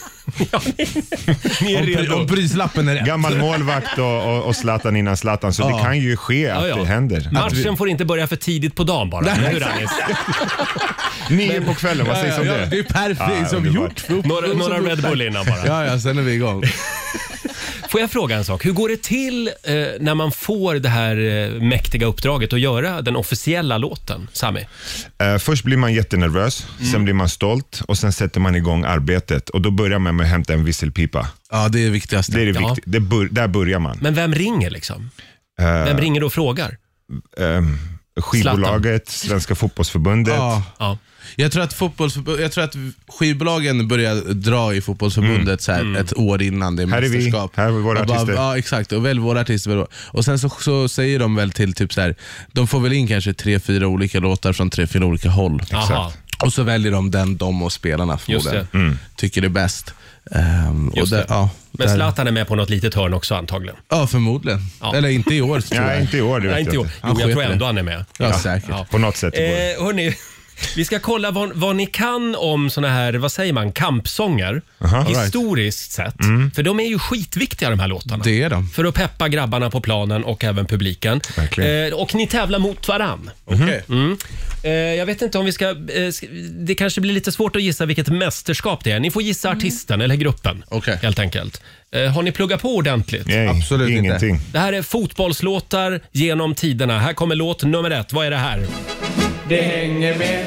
Ni är redo. Om prislappen är rätt. Gammal målvakt och Zlatan innan Zlatan, så det kan ju ske att det händer. Matchen får inte börja för tidigt på dagen bara. Nej. Hur är det? 9 på kvällen, vad sägs om det? Det är perfekt, som gjort. Några Red Bull innan bara. Ja, sen är vi igång. Får jag fråga en sak? Hur går det till när man får det här mäktiga uppdraget att göra den officiella låten, Sami? Först blir man jättenervös, sen blir man stolt och sen sätter man igång arbetet. Och då börjar man med att hämta en visselpipa. Ja, det är viktigast. Det är det viktigt. Där börjar man. Men vem ringer liksom? Vem ringer och frågar? Skivbolaget, Svenska fotbollsförbundet. Ja. Jag tror att skivbolagen börjar dra i fotbollsförbundet så här, ett år innan det är mästerskap. Här är våra artister. Ja, exakt. Och väl våra artister. Och sen så säger de väl till typ så här, de får väl in kanske 3-4 olika låtar från 3-4 olika håll. Exakt. Och så väljer de och spelarna tycker det är bäst. Men Zlatan är med på något litet hörn också antagligen. Ja, förmodligen. Eller inte i år, tror jag. Nej, inte i år. Nej, inte i år. Jo, jag tror ändå han är med. Ja, säkert. Ja. På något sätt. Hörrni, vi ska kolla vad ni kan om såna här, vad säger man, kampsånger. Historiskt sett. För de är ju skitviktiga, de här låtarna. Det är de. För att peppa grabbarna på planen och även publiken. Och ni tävlar mot varann. Jag vet inte om vi ska... det kanske blir lite svårt att gissa vilket mästerskap det är. Ni får gissa artisten eller gruppen, helt enkelt. Har ni pluggat på ordentligt? Nej, absolut ingenting. Inte. Det här är fotbollslåtar genom tiderna. Här kommer låt nummer 1. Vad är det här? Det hänger med.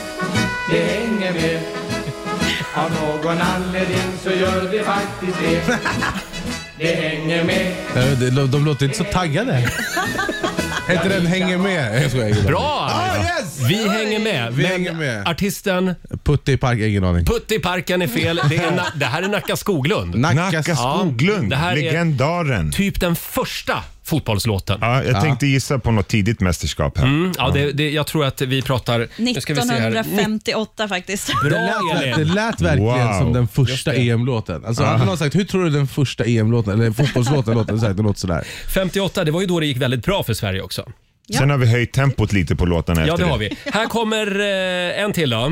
Av någon anledning så gör det faktiskt det. Det hänger med. De låter inte så taggade. Heter den Hänger med? Bra! Yes! Vi hänger med. Vi hänger med. Artisten? Putte i park, ingen aning. Putte i parken är fel. Det här är Nacka Skoglund. Nacka Skoglund, det här legendaren. Är typ den första fotbollslåten. Ja, jag tänkte gissa på något tidigt mästerskap här. Jag tror att vi pratar... 1958 faktiskt. Det lät verkligen som den första EM-låten. Alltså hade någon sagt, hur tror du den första EM-låten eller fotbollslåten låter? Det låter sådär. 58, det var ju då det gick väldigt bra för Sverige också. Ja. Sen har vi höjt tempot lite på låtarna efter det. Ja, det har vi. Här kommer en till då.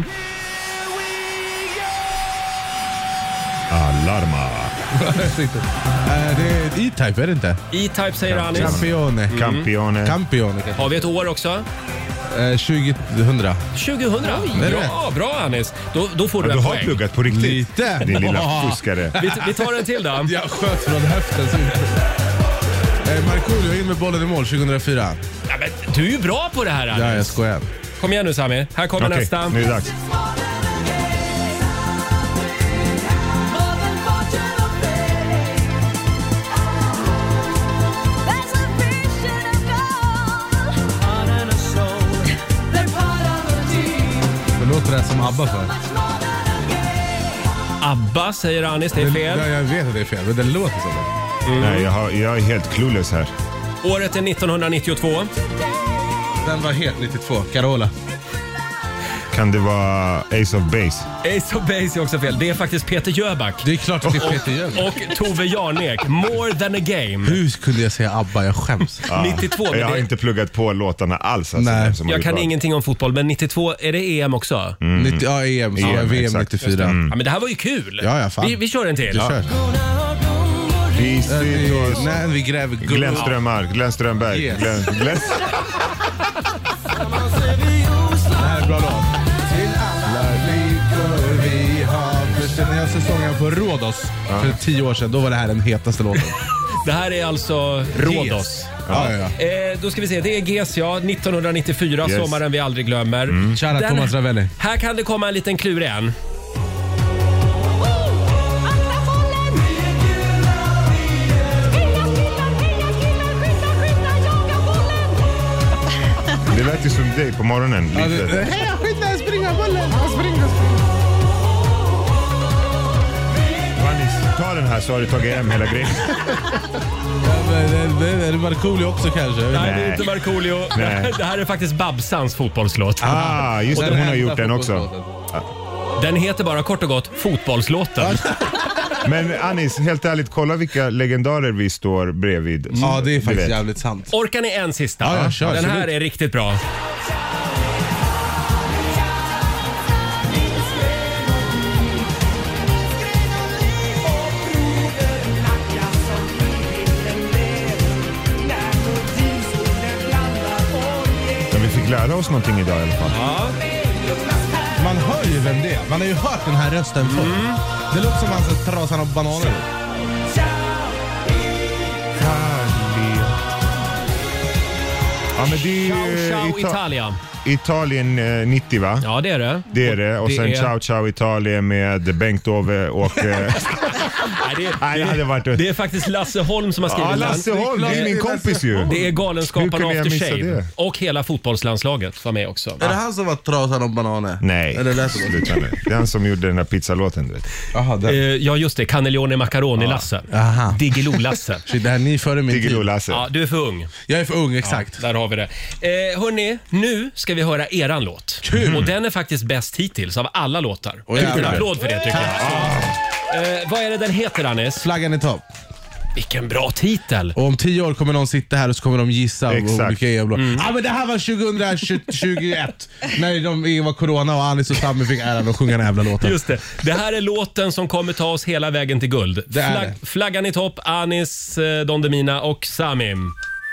Alarma. Det är E-Type, är det inte? E-Type säger Anis. Campione. Har vi ett år också? 2000. 2000? Bra Anis. Då får du en poäng. Du har pluggat på riktigt. Lite. Din lilla fuskare. Vi tar en till då. Jag sköt från höften. Markoolio in med bollen i mål 2004. Ja, men du är ju bra på det här, Anis. Ja, jag skojar. Kom igen nu, Sami. Här kommer nästa. Nu är det dags. Låter det som ABBA för? ABBA säger Anis, det är fel. Jag vet att det är fel, men den låter som det. Nej, jag är helt clueless här. Året är 1992. Den var helt 92, Carola. Kan det vara Ace of Base? Ace of Base är också fel. Det är faktiskt Peter Jöback. Det är klart att det är Peter Jöback. Och Tove Jarnek. More than a game. Hur kunde jag säga ABBA? Jag skäms. 92. Jag har inte pluggat på låtarna alls. Alltså. Nej. Jag kan ingenting om fotboll, men 92, är det EM också? 90, ja, EM. Så VM exakt. 94. Ja, men det här var ju kul. Ja, fan. Vi kör en till. Kör. Nej, vi gräver guld. Glenn Strömmar, Glenn Strömberg. Yes. Glenn. Det här är bra låt. Till alla likor vi har. När jag säsongen på Rhodos för 10 år sedan, då var det här den hetaste låten. Det här är alltså Rhodos. Ja. Då ska vi se, det är GES, 1994, sommaren vi aldrig glömmer. Kära Thomas Ravelli. Här kan det komma en liten klur igen. Det lät ju som dig på morgonen. Lite. Hej, skynda, springa bollen. Springa. Ta den här så har du tagit hem hela grejen. Är det Markoolio också kanske? Nej, det är inte Markoolio. Det här är faktiskt Babsans fotbollslåt. Just det, hon har gjort den också. Den heter bara kort och gott Fotbollslåten. Men Anis, helt ärligt, kolla vilka legendarer vi står bredvid. Ja, det är faktiskt jävligt sant. Orkar ni en sista? Ja, kör, den här absolut. är riktigt bra. Vi fick lära oss någonting idag i alla fall. Ja. Man hör ju vem det är. Man har ju hört den här rösten förr. Det låter som hans trasan av bananer. Ja, men det är Ciao Italia. Italien 90, va? Ja, det är det. Det är det. Och sen Ciao Ciao Italien med Bengt-Ove och... Det är faktiskt Lasse Holm som har skrivit den. Lasse Holm, det är min kompis ju. Det är Galenskaparna After Shave. det? Och hela fotbollslandslaget var med också. Är det han som var trasan om bananer? Nej, sluta nu. Det är han som gjorde den här pizzalåten, du vet. Aha, ja, just det. Cannelloni Macaroni-Lasse. Diggiloo-Lasse. Det här ni före min tid. Diggiloo-Lasse. Ja, du är för ung. Jag är för ung, exakt. Ja, där har vi det. Hörrni, nu ska vi höra eran låt. Kul. Och den är faktiskt bäst hittills av alla låtar. En applåd för det tycker jag. Vad är det den heter, Anis? Flaggan i topp. Vilken bra titel. Och om 10 år kommer någon sitta här och så kommer de gissa vilka är blå. Men det här var 2021 när det var corona och Anis och Sammy fick äran att sjunga den jävla låten. Just det. Det här är låten som kommer ta oss hela vägen till guld. Flaggan i topp, Anis, Don Demina och Samim.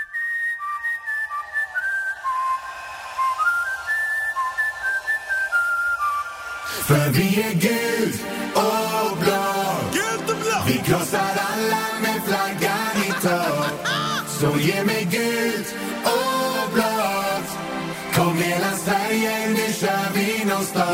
För vi är guld och blå. Vi krossar alla med flaggan i topp. Så ge mig guld och blått. Kom hela Sverige, nu kör vi nonstop.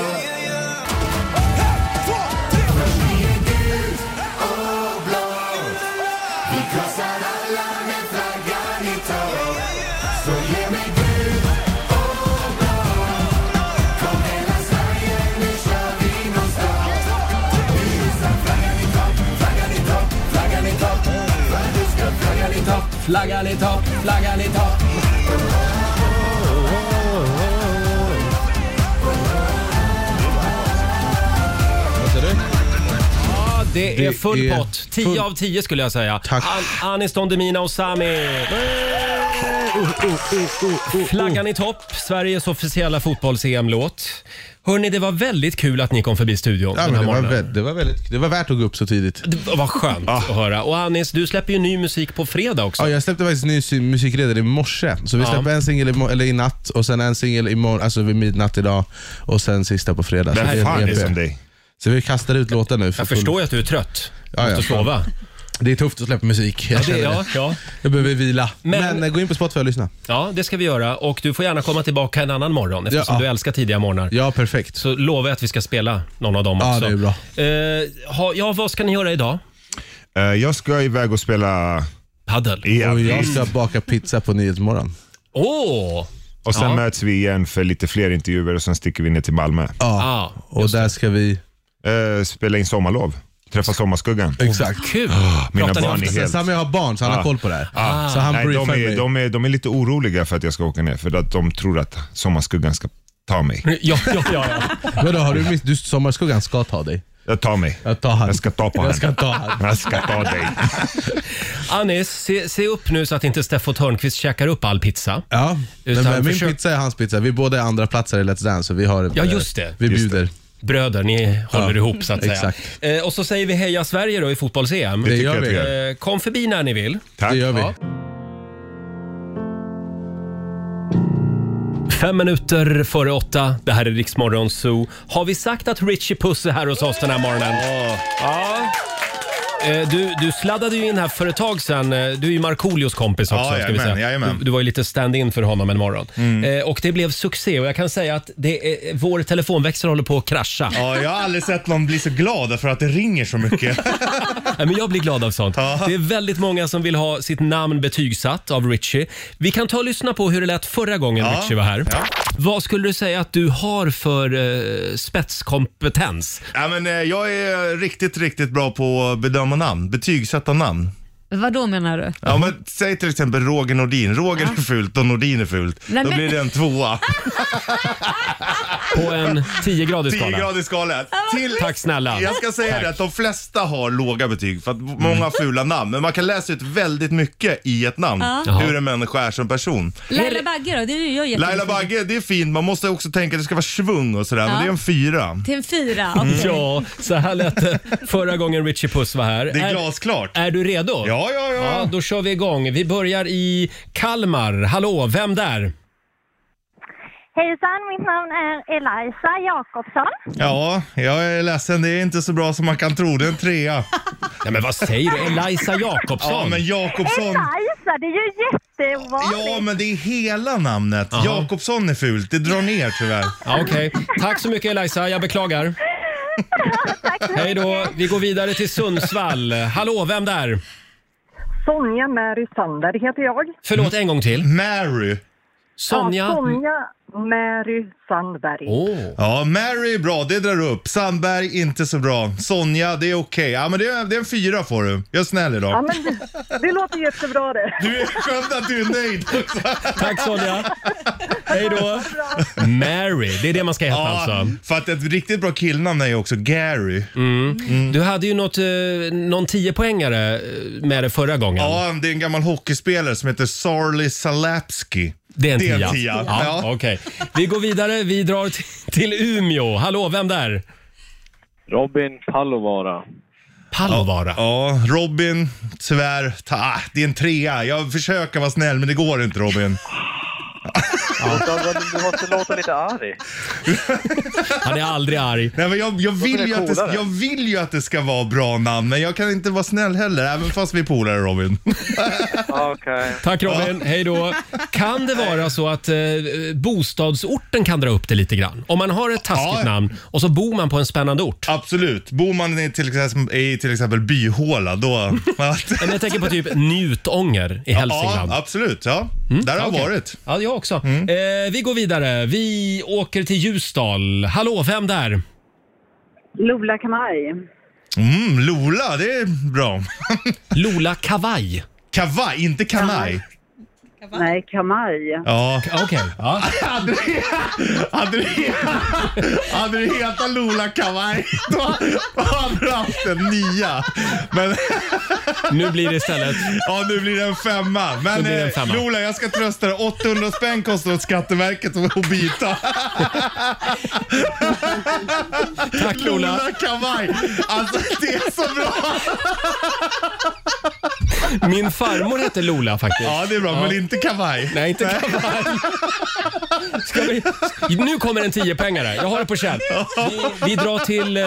För vi är guld och blått. Vi krossar alla med flaggan i topp. Så ge mig guld och blått. Kom hela Sverige, nu kör vi nonstop. Vi hissar flaggan i topp, flaggan i topp, flaggan i topp. För du ska flaggan i topp, flaggan i topp, flaggan i topp. Det är full pott. 10 av 10 skulle jag säga. Anis, Don Demina och Sami. Flaggan i topp, Sveriges officiella fotbolls-EM-låt. Hörrni, det var väldigt kul att ni kom förbi studion den här morgonen. Det var värt att gå upp så tidigt. Det var skönt att höra. Och Anis, du släpper ju ny musik på fredag också. Ja, jag släppte faktiskt ny musik redan i morse. Så vi släpper en singel i natt och sen en singel imorgon, alltså vid midnatt idag. Och sen sista på fredag. Det här fan är som dig. Så vi kastar ut låten nu. Jag förstår ju att du är trött. Måste sova. Det är tufft att släppa musik. Jag behöver vila. Men gå in på Spotify och lyssna. Ja, det ska vi göra. Och du får gärna komma tillbaka en annan morgon eftersom du älskar tidiga morgnar. Ja, perfekt. Så lovar jag att vi ska spela någon av dem också. Ja, det är bra. Vad ska ni göra idag? Jag ska iväg och spela paddel. Och jag ska baka pizza på Nyhetsmorgon. Och sen möts vi igen för lite fler intervjuer och sen sticker vi ner till Malmö. Ja, och där ska vi spela in sommarlov. Träffa sommarskuggan. Exakt. Kul. Mina barn är helt... Sammy har barn så han har koll på det här. Så han de är lite oroliga för att jag ska åka ner. För att de tror att sommarskuggan ska ta mig. Ja. Men då har du sommarskuggan ska ta dig. Jag tar mig. Jag ska ta på han. Jag ska ta han. Jag ska ta dig. Anis, se upp nu så att inte Steffo Törnqvist käkar upp all pizza. Ja, men min pizza är hans pizza. Vi båda är andra platser i Let's Dance, så vi har... Ja, just det. Vi bjuder. Bröder, ni håller ihop så att säga. Exakt. Och så säger vi heja Sverige då i fotbolls-EM. Det gör vi. Kom förbi när ni vill. Tack. Det gör vi. 5 minuter före 8. Det här är Rix Morgon Zoo. Har vi sagt att Richie Puss är här hos oss den här morgonen? Ja. Du sladdade ju in här för ett tag sedan. Du är ju Markoolios kompis också. Ja, ska vi säga. Du var ju lite stand-in för honom en morgon. Och det blev succé. Och jag kan säga att vår telefonväxel håller på att krascha. Ja, jag har aldrig sett någon bli så glad för att det ringer så mycket. Ja, men jag blir glad av sånt. Det är väldigt många som vill ha sitt namn betygsatt av Richie. Vi kan ta och lyssna på hur det lät förra gången Richie var här. Ja. Vad skulle du säga att du har för spetskompetens? Ja, men jag är riktigt bra på att bedöma namn, betygsätta namn. Vad då menar du? Ja, men säg till exempel Roger Nordin. Roger är fult och Nordin är fult. Nej, då men... blir det en 2. På en 10-gradig skala. 10-gradig skala. Tack snälla. Jag ska säga det att de flesta har låga betyg för att många har fula namn. Men man kan läsa ut väldigt mycket i ett namn. Hur en människa är som person. Laila Bagge då? Det är ju Laila Bagge, det är fint. Man måste också tänka att det ska vara svung och sådär. Men det är en 4. Till en 4, okay. Ja, så här lät det förra gången Richie Puss var här. Det är glasklart. Är du redo? Ja. Då kör vi igång. Vi börjar i Kalmar. Hallå, vem där? Hejsan, mitt namn är Elisa Jakobsson. Ja, jag är ledsen. Det är inte så bra som man kan tro. Det är en 3. Ja, men vad säger du? Elisa Jakobsson? Ja, men Jakobsson... Elisa, det är ju jättevanligt. Ja, men det är hela namnet. Aha. Jakobsson är fult. Det drar ner tyvärr. Ja, okej. Tack så mycket Elisa. Jag beklagar. Hej då. Vi går vidare till Sundsvall. Hallå, vem där? Sonja Mary Sandberg heter jag. Förlåt, en gång till. Mary. Sonja Mary Sandberg. Ja, Mary är bra, det drar upp. Sandberg inte så bra. Sonja, det är okej. Ja, men det är en 4 får du. Jag är snäll idag. Ja, men det låter jättebra det. Du är skönt att du är nöjd. Tack Sonja. Hej då. Mary, det är det man ska heta alltså. För att ett riktigt bra killnamn är ju också Gary. Du hade ju någon 10-poängare med det förra gången. Ja, det är en gammal hockeyspelare som heter Sarli Salapski. Det är en 10. Ja. Okej. Vi går vidare. Vi drar till Umeå. Hallå, vem där? Robin Pallovara. Pallovara? Ja, Robin, tyvärr. Det är en 3. Jag försöker vara snäll, men det går inte, Robin. Du måste låta lite arg. Han är aldrig arg. Nej, men jag vill ju att det ska vara bra namn, men jag kan inte vara snäll heller, även fast vi är polare, Robin. Okay. Tack Robin, hej då. Kan det vara så att bostadsorten kan dra upp det lite grann? Om man har ett taskigt namn och så bor man på en spännande ort. Absolut. Bor man i till exempel Byhåla, då... Men jag tänker på typ Njutånger i Hälsingland. Ja, absolut. Ja. Där har jag varit. Ja, jag också. Vi går vidare. Vi åker till Ljusdal. Hallå, vem där? Lola Kavaj. Lola, det är bra. Lola Kavaj. Kavaj, inte Kanaj. Nej, Kamaj. Ja, okej. Ja. Hade du hetat Lola Kavaj, då hade du haft en 9. Men nu blir det istället. Ja, nu blir det en 5. Men Lola, jag ska trösta dig. 800 spänn kostar åt Skatteverket att byta. Tack Lola. Lola Kavaj. Alltså, det är så bra. Min farmor heter Lola faktiskt. Ja, det är bra, men inte Kavaj. Nej, inte Kavaj. Nu kommer en 10-pengare. Jag har det på känn. Vi drar till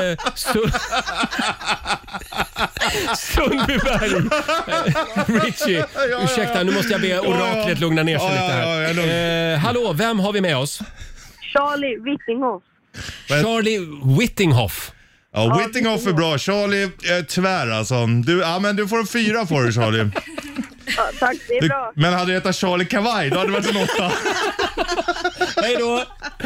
Sundbyberg. Richie, ursäkta, nu måste jag be oraklet lugna ner sig lite här. Hallå, vem har vi med oss? Charlie Whittinghoff. Charlie Whittinghoff. Ja, Whittinghoff är bra. Charlie tyvärr alltså. Men du får en 4 för dig, Charlie. Ja, tack, det är bra. Men hade det hetat Charlie Kavaj, då hade det varit en 8. Hej då.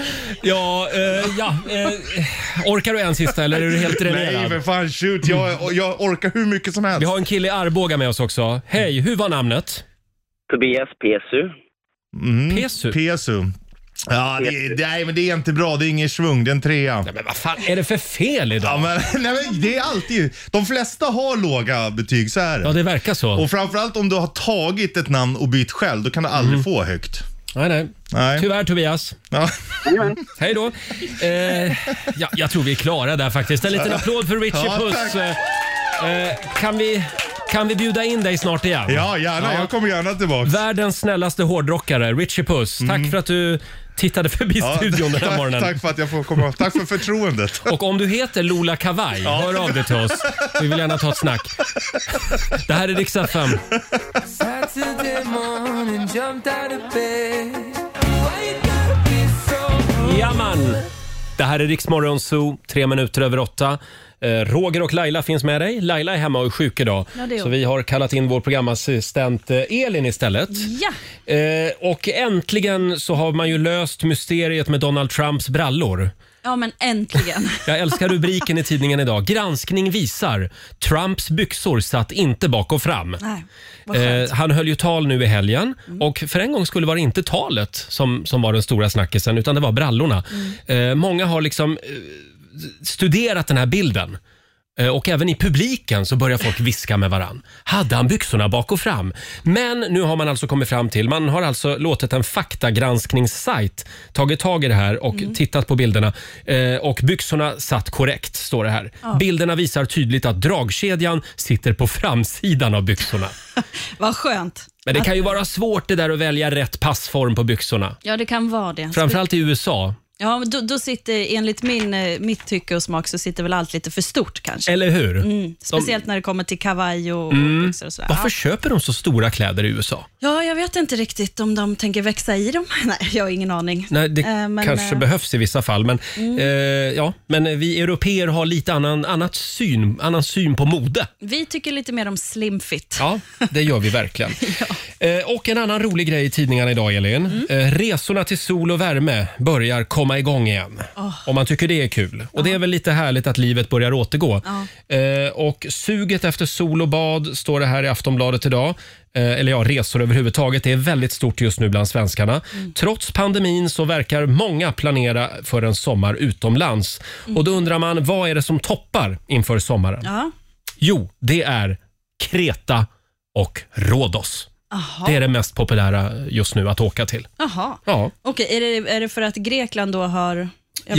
Orkar du en sista eller är du helt dränerad? Nej, för fan, shoot. Jag orkar hur mycket som helst. Vi har en kille i Arboga med oss också. Hej, hur var namnet? Tobias Pesu. Pesu? Pesu. Ja, nej, men det är inte bra. Det är ingen svung, det är en 3. Nej, men vad fan är det för fel idag? Ja, men, nej, men det är alltid... De flesta har låga betyg, så är det. Ja, det verkar så. Och framförallt om du har tagit ett namn och bytt själv, då kan du aldrig få högt. Nej. Tyvärr, Tobias. Ja. Hej då. Jag tror vi är klara där faktiskt. En liten applåd för Richie Puss. Kan vi bjuda in dig snart igen? Ja, gärna. Jag kommer gärna tillbaka. Världens snällaste hårdrockare, Richie Puss. Tack för att du tittade förbi studion den här morgonen. Tack för att jag får komma. Tack för förtroendet. Och om du heter Lola Kavaj, hör av dig till oss. Vi vill gärna ta ett snack. Det här är Rix FM. Ja, man. Det här är Rix Morgon Zoo, 8:03. Roger och Laila finns med dig. Laila är hemma och är sjuk idag. Ja, så vi har kallat in vår programassistent Elin istället. Ja. Och äntligen så har man ju löst mysteriet med Donald Trumps brallor. Ja, men äntligen. Jag älskar rubriken i tidningen idag. Granskning visar Trumps byxor satt inte bak och fram. Nej, vad skönt. Han höll ju tal nu i helgen och för en gång skulle det vara inte talet som var den stora snackisen, utan det var brallorna. Många har liksom studerat den här bilden. Och även i publiken så börjar folk viska med varann. Hade han byxorna bak och fram? Men nu har man alltså kommit fram till, man har alltså låtit en faktagranskningssajt tagit tag i det här och tittat på bilderna. Och byxorna satt korrekt, står det här. Ja. Bilderna visar tydligt att dragkedjan sitter på framsidan av byxorna. Vad skönt. Men det kan ju vara svårt det där att välja rätt passform på byxorna. Ja, det kan vara det. Framförallt i USA. Ja, då sitter, enligt mitt tycke och smak, så sitter väl allt lite för stort kanske. Eller hur? Speciellt när det kommer till kavaj och byxor och sådär. Varför köper de så stora kläder i USA? Ja, jag vet inte riktigt om de tänker växa i dem. Nej, jag har ingen aning. Nej, det kanske behövs i vissa fall. Men, men vi europeer har lite annan syn på mode. Vi tycker lite mer om slim fit. Ja, det gör vi verkligen. Och en annan rolig grej i tidningarna idag, Elin. Resorna till sol och värme börjar komma igång igen. Och man tycker det är kul. Och det är väl lite härligt att livet börjar återgå. Och suget efter sol och bad, står det här i Aftonbladet idag. Eller ja, resor överhuvudtaget. Det är väldigt stort just nu bland svenskarna. Trots pandemin så verkar många planera för en sommar utomlands. Och då undrar man, vad är det som toppar inför sommaren? Ja. Jo, det är Kreta och Rhodos. Aha. Det är det mest populära just nu att åka till. Jaha. Ja. Okej, är det för att Grekland då har...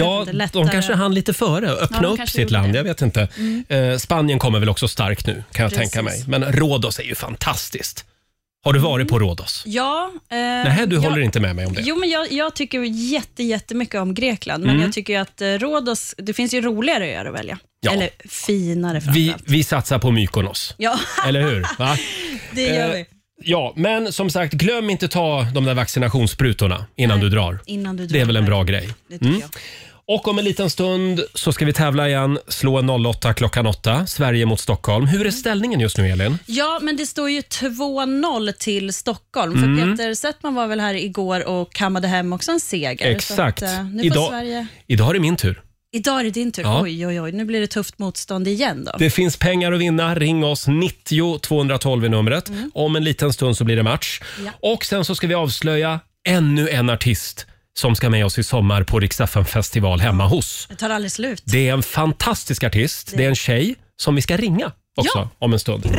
De kanske hann lite före. Öppna upp sitt land, jag vet inte. Spanien kommer väl också starkt nu, kan jag tänka mig. Men Rhodos är ju fantastiskt. Har du varit på Rhodos? Ja. Nej, du håller inte med mig om det. Jo, men jag tycker jättemycket om Grekland. Men jag tycker ju att Rhodos, det finns ju roligare öar att välja. Ja. Eller finare framförallt. Vi satsar på Mykonos. Ja. Eller hur? Va? Det gör vi. Ja, men som sagt, glöm inte ta de där vaccinationssprutorna innan du drar. Det är väl en bra grej. Det tycker jag. Och om en liten stund så ska vi tävla igen. Slå en 08 klockan 8. Sverige mot Stockholm. Hur är ställningen just nu, Elin? Ja, men det står ju 2-0 till Stockholm. För Peter Settman var väl här igår och kammade hem också en seger. Exakt. Så att, nu får Sverige... Idag är det min tur. Idag är det din tur. Ja. Oj. Nu blir det tufft motstånd igen då. Det finns pengar att vinna. Ring oss 90 212 i numret. Om en liten stund så blir det match. Ja. Och sen så ska vi avslöja ännu en artist som ska med oss i sommar på Rix FM-festival hemma hos. Det tar aldrig slut. Det är en fantastisk artist. Det är en tjej som vi ska ringa också om en stund.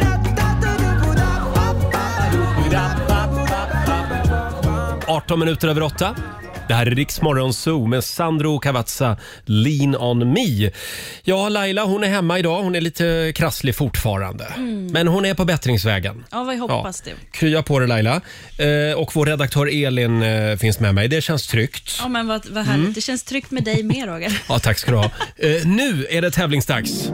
18 minuter över 8. Det här är Rix Morgon Zoo med Sandro Cavazza, Lean on me. Ja, Laila, hon är hemma idag. Hon är lite krasslig fortfarande. Men hon är på bättringsvägen. Ja, vad jag hoppas det. Krya på det, Laila. Och vår redaktör Elin finns med mig. Det känns tryggt. Ja, men vad härligt. Det känns tryggt med dig med, Roger. Ja, tack ska du ha. Nu är det tävlingsdags.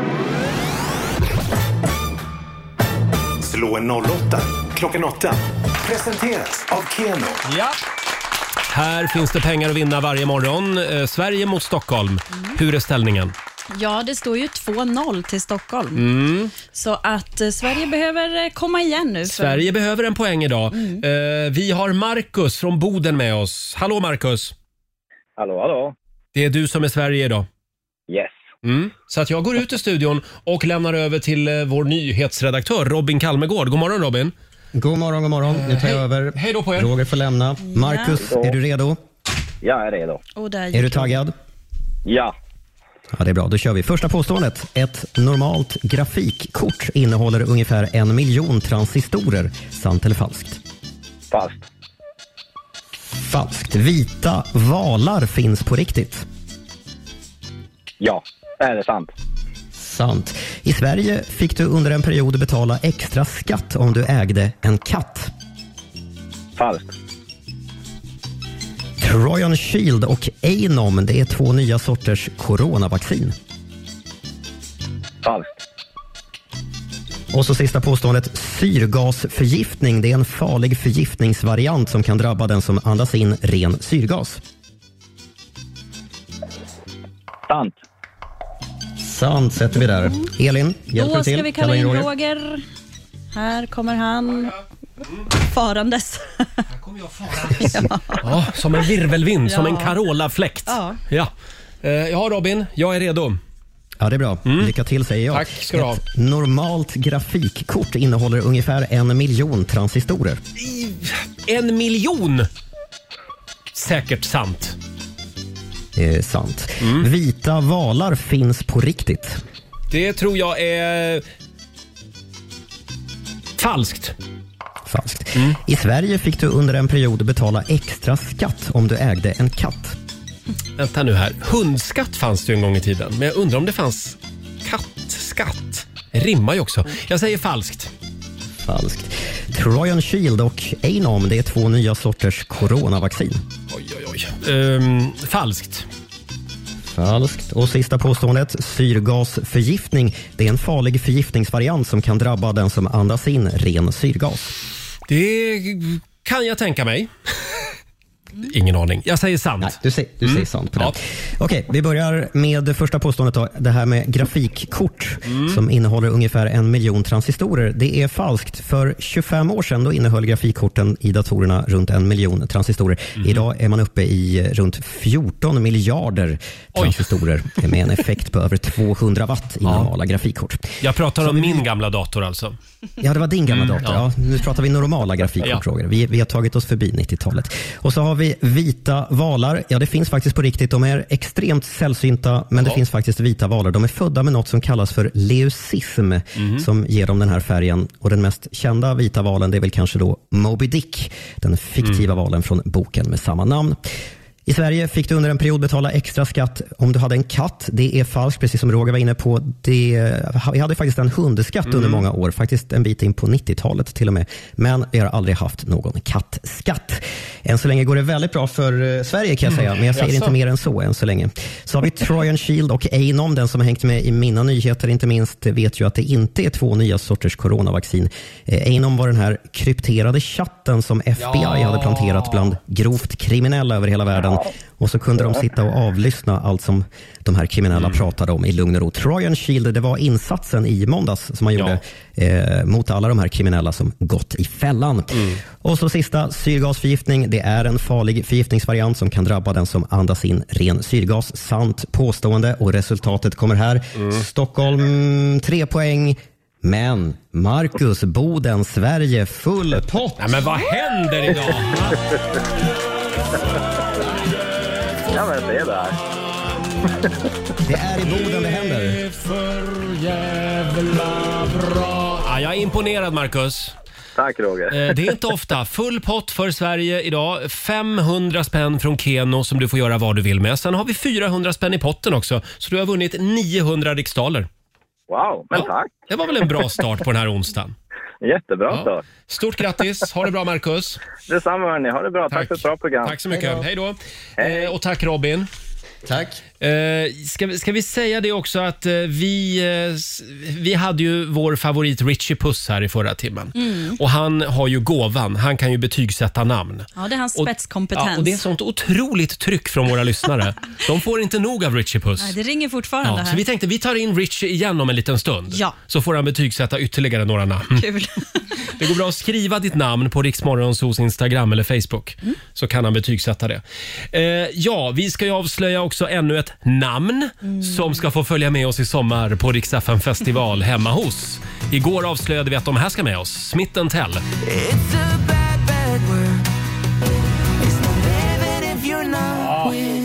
Slå en 08 klockan 8. Presenteras av Keno. Ja. Här finns det pengar att vinna varje morgon. Sverige mot Stockholm. Hur är ställningen? Ja, det står ju 2-0 till Stockholm. Så att Sverige behöver komma igen nu. Sverige behöver en poäng idag. Vi har Marcus från Boden med oss. Hallå Marcus. Hallå. Det är du som är Sverige idag. Yes. Så att jag går ut i studion och lämnar över till vår nyhetsredaktör Robin Kalmegård. God morgon Robin. God morgon. Nu tar jag över. Hej då på er. Roger får lämna. Marcus, är du redo? Jag är redo. Är du taggad? Ja. Ja, det är bra. Då kör vi. Första påståendet. Ett normalt grafikkort innehåller ungefär 1 miljon transistorer. Sant eller falskt? Falskt. Falskt. Vita valar finns på riktigt. Ja, det är sant. Sant. I Sverige fick du under en period betala extra skatt om du ägde en katt. Falskt. Trojan Shield och Ainom, det är 2 nya sorters coronavaccin. Falskt. Och så sista påståendet. Syrgasförgiftning, det är en farlig förgiftningsvariant som kan drabba den som andas in ren syrgas. Sant. Sant sätter vi där. Elin, hjälper Då till? ska vi kalla in Roger. Här kommer han farandes. Här kommer jag farandes. Ja, som en virvelvind, som en Carola-fläkt. Ja. Ja, Robin, jag är redo. Ja, det är bra. Lycka till säger jag. Tack ska du ha. Ett normalt grafikkort innehåller ungefär 1 miljon transistorer. 1 miljon? Säkert sant. Sant. Vita valar finns på riktigt. Det tror jag är falskt. Falskt. I Sverige fick du under en period betala extra skatt om du ägde en katt. Vänta nu här. Hundskatt fanns det ju en gång i tiden. Men jag undrar om det fanns kattskatt. Det rimmar ju också. Jag säger falskt. Falskt. Trojan Shield och Ainom, det är 2 nya sorters coronavaccin. Oj. Falskt. Falskt. Och sista påståendet. Syrgasförgiftning, det är en farlig förgiftningsvariant som kan drabba den som andas in ren syrgas. Det kan jag tänka mig. Ingen aning. Jag säger sant. Nej, du säger sant på det. Okej, vi börjar med första påståendet då. Det här med grafikkort som innehåller ungefär 1 miljon transistorer. Det är falskt. För 25 år sedan då innehöll grafikkorten i datorerna runt 1 miljon transistorer. Idag är man uppe i runt 14 miljarder transistorer med en effekt på över 200 watt i normala grafikkort. Jag pratar om min gamla dator alltså. Ja, det var din gamla dator. Ja, nu pratar vi normala grafikkort, Roger. Vi har tagit oss förbi 90-talet. Och så har vi vita valar. Ja, det finns faktiskt på riktigt. De är extremt sällsynta, men det finns faktiskt vita valar. De är födda med något som kallas för leucism, som ger dem den här färgen. Och den mest kända vita valen, det är väl kanske då Moby Dick, den fiktiva valen från boken med samma namn. I Sverige fick du under en period betala extra skatt om du hade en katt. Det är falskt, precis som Roger var inne på. Vi hade faktiskt en hundskatt under många år, faktiskt en bit in på 90-talet till och med. Men vi har aldrig haft någon kattskatt. Än så länge går det väldigt bra för Sverige kan jag säga, men jag säger inte mer än så än så länge. Så har vi Trojan Shield och Ainom, den som har hängt med i mina nyheter inte minst vet ju att det inte är 2 nya sorters coronavaccin. Ainom var den här krypterade chatten som FBI hade planterat bland grovt kriminella över hela världen. Och så kunde de sitta och avlyssna allt som de här kriminella pratade om i lugn och ro. Trojan Shield, det var insatsen i måndags som man gjorde mot alla de här kriminella som gått i fällan. Och så sista, syrgasförgiftning. Det är en farlig förgiftningsvariant som kan drabba den som andas in ren syrgas. Sant påstående och resultatet kommer här. Stockholm 3 poäng. Men Marcus, Boden, Sverige, full pott. Nej, men vad händer idag? Ja, men det är där. Det är i Boden det händer. För jävla bra. Ja, jag är imponerad, Marcus. Tack, Roger. Det är inte ofta. Full pott för Sverige idag. 500 spänn från Keno som du får göra vad du vill med. Sen har vi 400 spänn i potten också. Så du har vunnit 900 riksdaler. Wow, men tack. Det var väl en bra start på den här onsdagen. Jättebra start. Stort grattis. Ha det bra, Marcus. Detsamma, hörni. Ha det bra. Tack för ett bra program. Tack så mycket. Hej då. Och tack, Robin. Tack. Ska vi säga det också att vi hade ju vår favorit Richie Puss här i förra timmen. Och han har ju gåvan. Han kan ju betygsätta namn. Ja, det är hans spetskompetens. Och det är sånt otroligt tryck från våra lyssnare. De får inte nog av Richie Puss. Nej, det ringer fortfarande här. Så vi tänkte vi tar in Richie igen om en liten stund. Ja. Så får han betygsätta ytterligare några namn. Kul. Det går bra att skriva ditt namn på Riksmorgonsos Instagram eller Facebook. Så kan han betygsätta det. Vi ska ju avslöja också ännu ett namn som ska få följa med oss i sommar på Rix FM festival hemma hos. Igår avslöjade vi att de här ska med oss. Smith & Tell.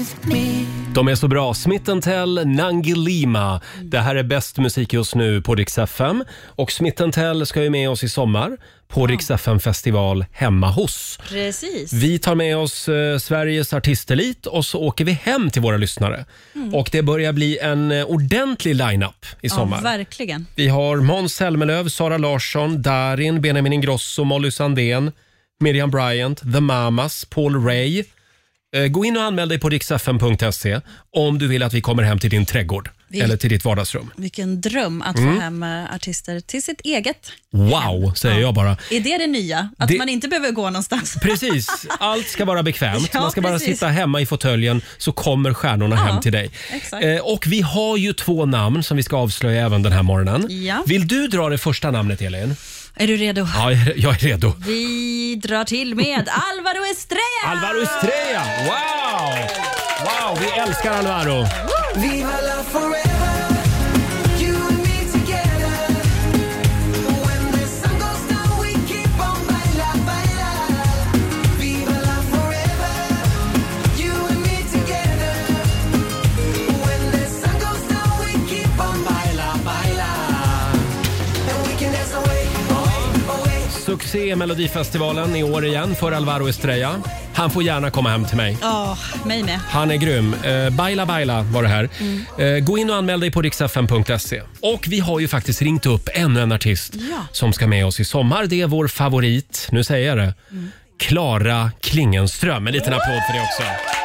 De är så bra. Smith & Tell, Nangilima. Det här är bäst musik just nu på Rix FM. Och Smith & Tell ska ju med oss i sommar på Rix FM-festival hemma hos. Precis. Vi tar med oss Sveriges artistelit och så åker vi hem till våra lyssnare. Och det börjar bli en ordentlig line-up i sommar. Ja, verkligen. Vi har Måns Zelmerlöw, Sara Larsson, Darin, Benjamin Ingrosso, Molly Sandén, Miriam Bryant, The Mamas, Paul Ray. Gå in och anmäl dig på riksfm.se om du vill att vi kommer hem till din trädgård eller till ditt vardagsrum. Vilken dröm att få hem artister till sitt eget. Wow, säger jag bara. Är det nya? Att man inte behöver gå någonstans? Precis, allt ska vara bekvämt. Ja, man ska bara sitta hemma i fåtöljen så kommer stjärnorna hem till dig. Och vi har ju 2 namn som vi ska avslöja även den här morgonen. Ja. Vill du dra det första namnet, Elin? Är du redo? Ja, jag är redo. Vi drar till med Alvaro Estrella! Alvaro Estrella! Wow! Wow, vi älskar Alvaro. Viva la forever, you and me together. When the sun goes down we keep on baila, baila. Viva la forever, you and me together. When the sun goes down we keep on baila, baila. And we can dance away. Succé i Melodifestivalen i år igen för Alvaro Estrella. Han får gärna komma hem till mig. Ja, mig med. Han är grym. Baila Baila var det här. Gå in och anmäl dig på riksfm.se. Och vi har ju faktiskt ringt upp ännu en artist som ska med oss i sommar. Det är vår favorit, nu säger jag det, Klara Klingenström. En liten applåd för det också.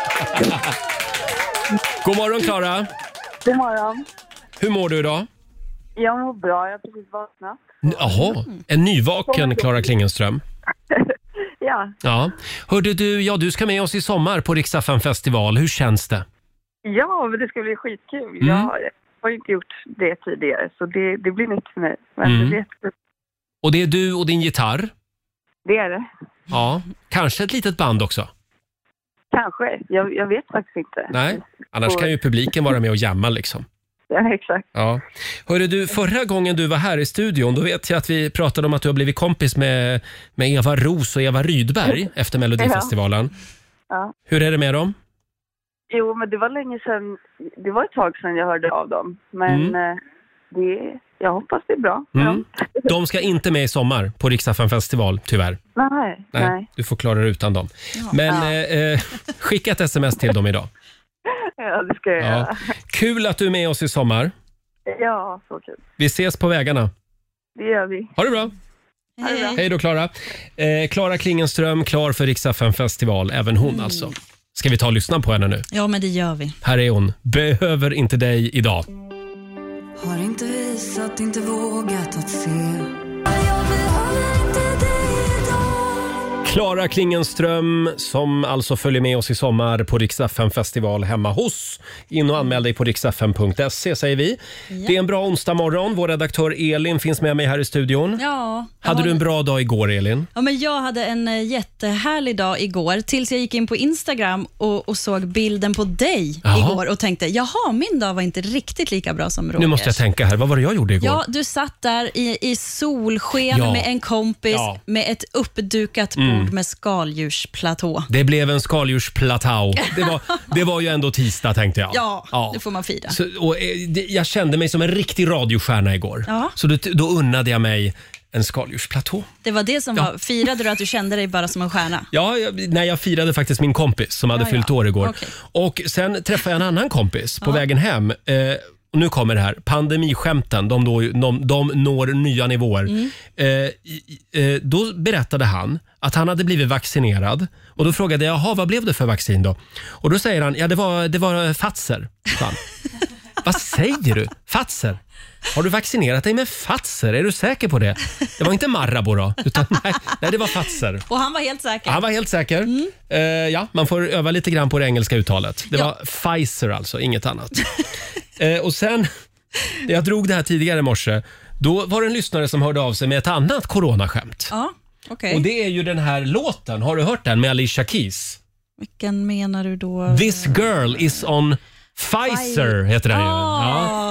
God morgon, Klara. God morgon. Hur mår du idag? Jag mår bra, jag har precis vaknat. Jaha, en nyvaken Klara Klingenström. Ja. Ja. Hörde du, du ska med oss i sommar på Rix FM-festival. Hur känns det? Ja, men det ska bli skitkul. Jag har inte gjort det tidigare, så det blir nytt för mig. Men det är jättekul. Och det är du och din gitarr? Det är det. Ja, kanske ett litet band också? Kanske, jag vet faktiskt inte. Nej, annars kan ju publiken vara med och jamma liksom. Ja, exakt. Ja. Hörde du, förra gången du var här i studion, då vet jag att vi pratade om att du har blivit kompis med Eva Ros och Eva Rydberg efter Melodifestivalen. Ja. Hur är det med dem? Jo, men det var länge sedan, det var ett tag sedan jag hörde av dem. Men jag hoppas det är bra. De ska inte med i sommar på Rix FM-festival, tyvärr. Nej. Du får klara det utan dem. Men skicka ett sms till dem idag. Ja, det ska jag göra. Kul att du är med oss i sommar. Ja, så kul. Vi ses på vägarna. Det gör vi. Ha det bra. Hej då, Klara. Klara Klingenström, klar för Rix FM-festival. Även hon alltså. Ska vi ta och lyssna på henne nu? Ja, men det gör vi. Här är hon. Behöver inte dig idag. Har inte visat, inte vågat att se. Klara Klingenström som alltså följer med oss i sommar på Rix FM-festival hemma hos. In och anmäl dig på riksfm.se säger vi. Ja. Det är en bra onsdag morgon. Vår redaktör Elin finns med mig här i studion. Ja. Hade du en bra dag igår, Elin? Ja, men jag hade en jättehärlig dag igår tills jag gick in på Instagram och såg bilden på dig igår och tänkte, jaha, min dag var inte riktigt lika bra som Rogers. Nu måste jag tänka här, vad var det jag gjorde igår? Ja, du satt där i solsken med en kompis med ett uppdukat bord med skaldjursplatå. Det blev en skaldjursplatå. Det var ju ändå tisdag, tänkte jag. Ja, det får man fira. Jag kände mig som en riktig radiostjärna igår. Ja. Så då unnade jag mig en skaldjursplatå. Det var det som var. Firade du att du kände dig bara som en stjärna? Ja, jag firade faktiskt min kompis som hade fyllt år igår. Okay. Och sen träffade jag en annan kompis på vägen hem. Nu kommer det här. Pandemiskämten, de når nya nivåer. Då berättade han att han hade blivit vaccinerad. Och då frågade jag, vad blev det för vaccin då? Och då säger han, det var Pfizer. Vad säger du? Pfizer? Har du vaccinerat dig med Pfizer? Är du säker på det? Det var inte Marabou utan nej, det var Pfizer. Och han var helt säker? Han var helt säker. Man får öva lite grann på det engelska uttalet. Det var Pfizer alltså, inget annat. Och sen, jag drog det här tidigare i morse, då var det en lyssnare som hörde av sig med ett annat coronaskämt. Ja, okej. Och det är ju den här låten, har du hört den med Alicia Keys? Vilken menar du då? This girl is on Pfizer heter den ju. Ja.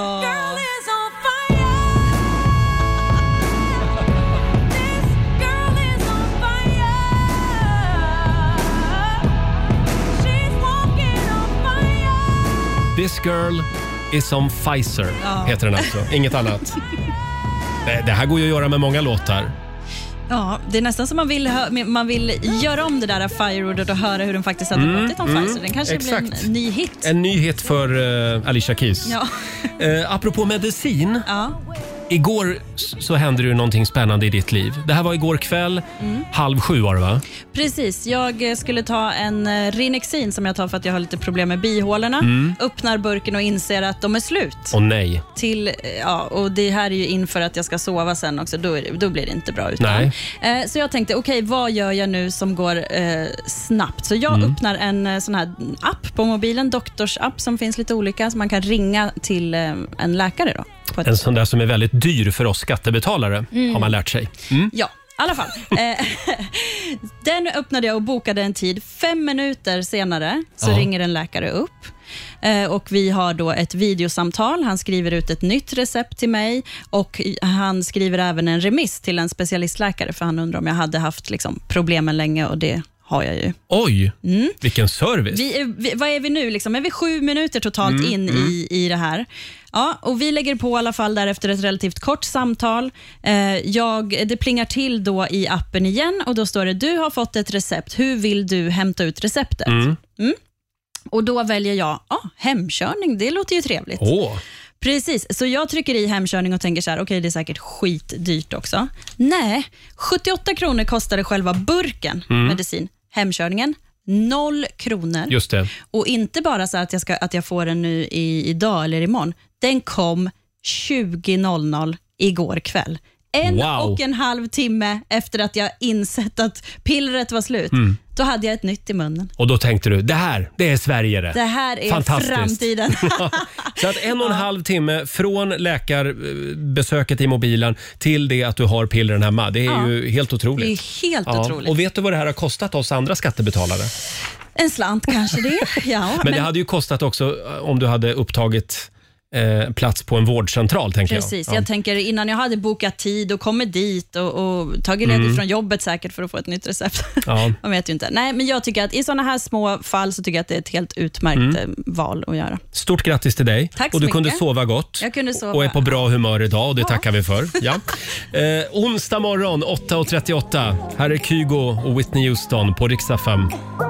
This girl is on Pfizer, heter den alltså. Inget annat. Det här går ju att göra med många låtar. Ja, det är nästan som man vill göra om det där Firewoodet och höra hur den faktiskt hade låtit om Pfizer. Den kanske blir en ny hit. En ny hit för Alicia Keys. Ja. Apropå medicin. Igår så hände det ju någonting spännande i ditt liv. Det här var igår kväll, 6:30 var det, va? Precis, jag skulle ta en Rinexin som jag tar för att jag har lite problem med bihålorna. Öppnar burken och inser att de är slut. Åh nej. Och det här är ju inför att jag ska sova sen också. Då blir det inte bra utan. Så jag tänkte, okej, vad gör jag nu som går snabbt? Så jag öppnar en sån här app på mobilen, doktorsapp som finns lite olika, så man kan ringa till en läkare då. En sån där som är väldigt dyr för oss skattebetalare, har man lärt sig. Ja, i alla fall. Den öppnade jag och bokade en tid. 5 minuter senare så ringer en läkare upp. Och vi har då ett videosamtal. Han skriver ut ett nytt recept till mig och han skriver även en remiss till en specialistläkare, för han undrar om jag hade haft problemen länge, och det har jag ju. Oj, vilken service. Vad är vi nu? Är vi 7 minuter totalt in i det här? Ja, och vi lägger på i alla fall därefter ett relativt kort samtal. Det plingar till då i appen igen och då står det: du har fått ett recept. Hur vill du hämta ut receptet? Och då väljer jag hemkörning. Det låter ju trevligt. Precis, så jag trycker i hemkörning och tänker så här: okej, det är säkert skitdyrt också. Nej, 78 kronor kostade själva burken medicin. Hemkörningen 0 kronor. Just det. Och inte bara så att jag får den nu idag eller imorgon. Den kom 20:00 igår kväll. Och en halv timme efter att jag insett att pillret var slut. Då hade jag ett nytt i munnen. Och då tänkte du, det är Sverige det. Det här är framtiden. Så att 1,5 timme från läkarbesöket i mobilen till det att du har pillren hemma. Det är ju helt otroligt. Det är helt otroligt. Och vet du vad det här har kostat oss andra skattebetalare? En slant kanske det. Men det hade ju kostat också om du hade upptagit plats på en vårdcentral, tänker jag. Precis, jag tänker innan jag hade bokat tid och kommit dit och tagit ledigt från jobbet säkert för att få ett nytt recept. Man vet ju inte. Nej, men jag tycker att i sådana här små fall så tycker jag att det är ett helt utmärkt val att göra. Stort grattis till dig. Tack så och du mycket. kunde sova gott. Jag kunde sova. Och är på bra humör idag och det tackar vi för. Onsdag morgon 8:38. Här är Kygo och Whitney Houston på Rix FM.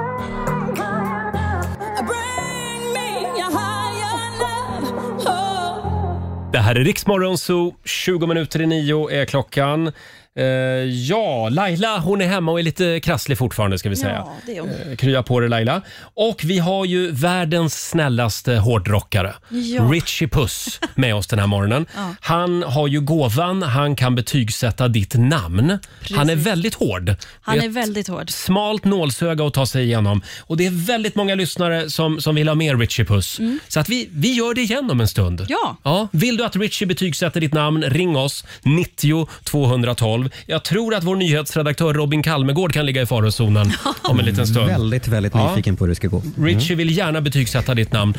Det här är Rix Morgon Zoo, 20:20 är klockan. Laila, hon är hemma och är lite krasslig fortfarande, ska vi säga. Ja, det är hon. Krya på det, Laila. Och vi har ju världens snällaste hårdrockare, Richie Puss, med oss den här morgonen. Han har ju gåvan, han kan betygsätta ditt namn. Precis. Han är väldigt hård. Han är väldigt hård. Smalt nålsöga att ta sig igenom. Och det är väldigt många lyssnare som vill ha mer Richie Puss. Så att vi gör det igen om en stund. Ja. Vill du att Richie betygsätter ditt namn, ring oss 90 212. Jag tror att vår nyhetsredaktör Robin Kalmegård kan ligga i farozonen om en liten stund. Väldigt nyfiken på hur det ska gå. Richie vill gärna betygsätta ditt namn.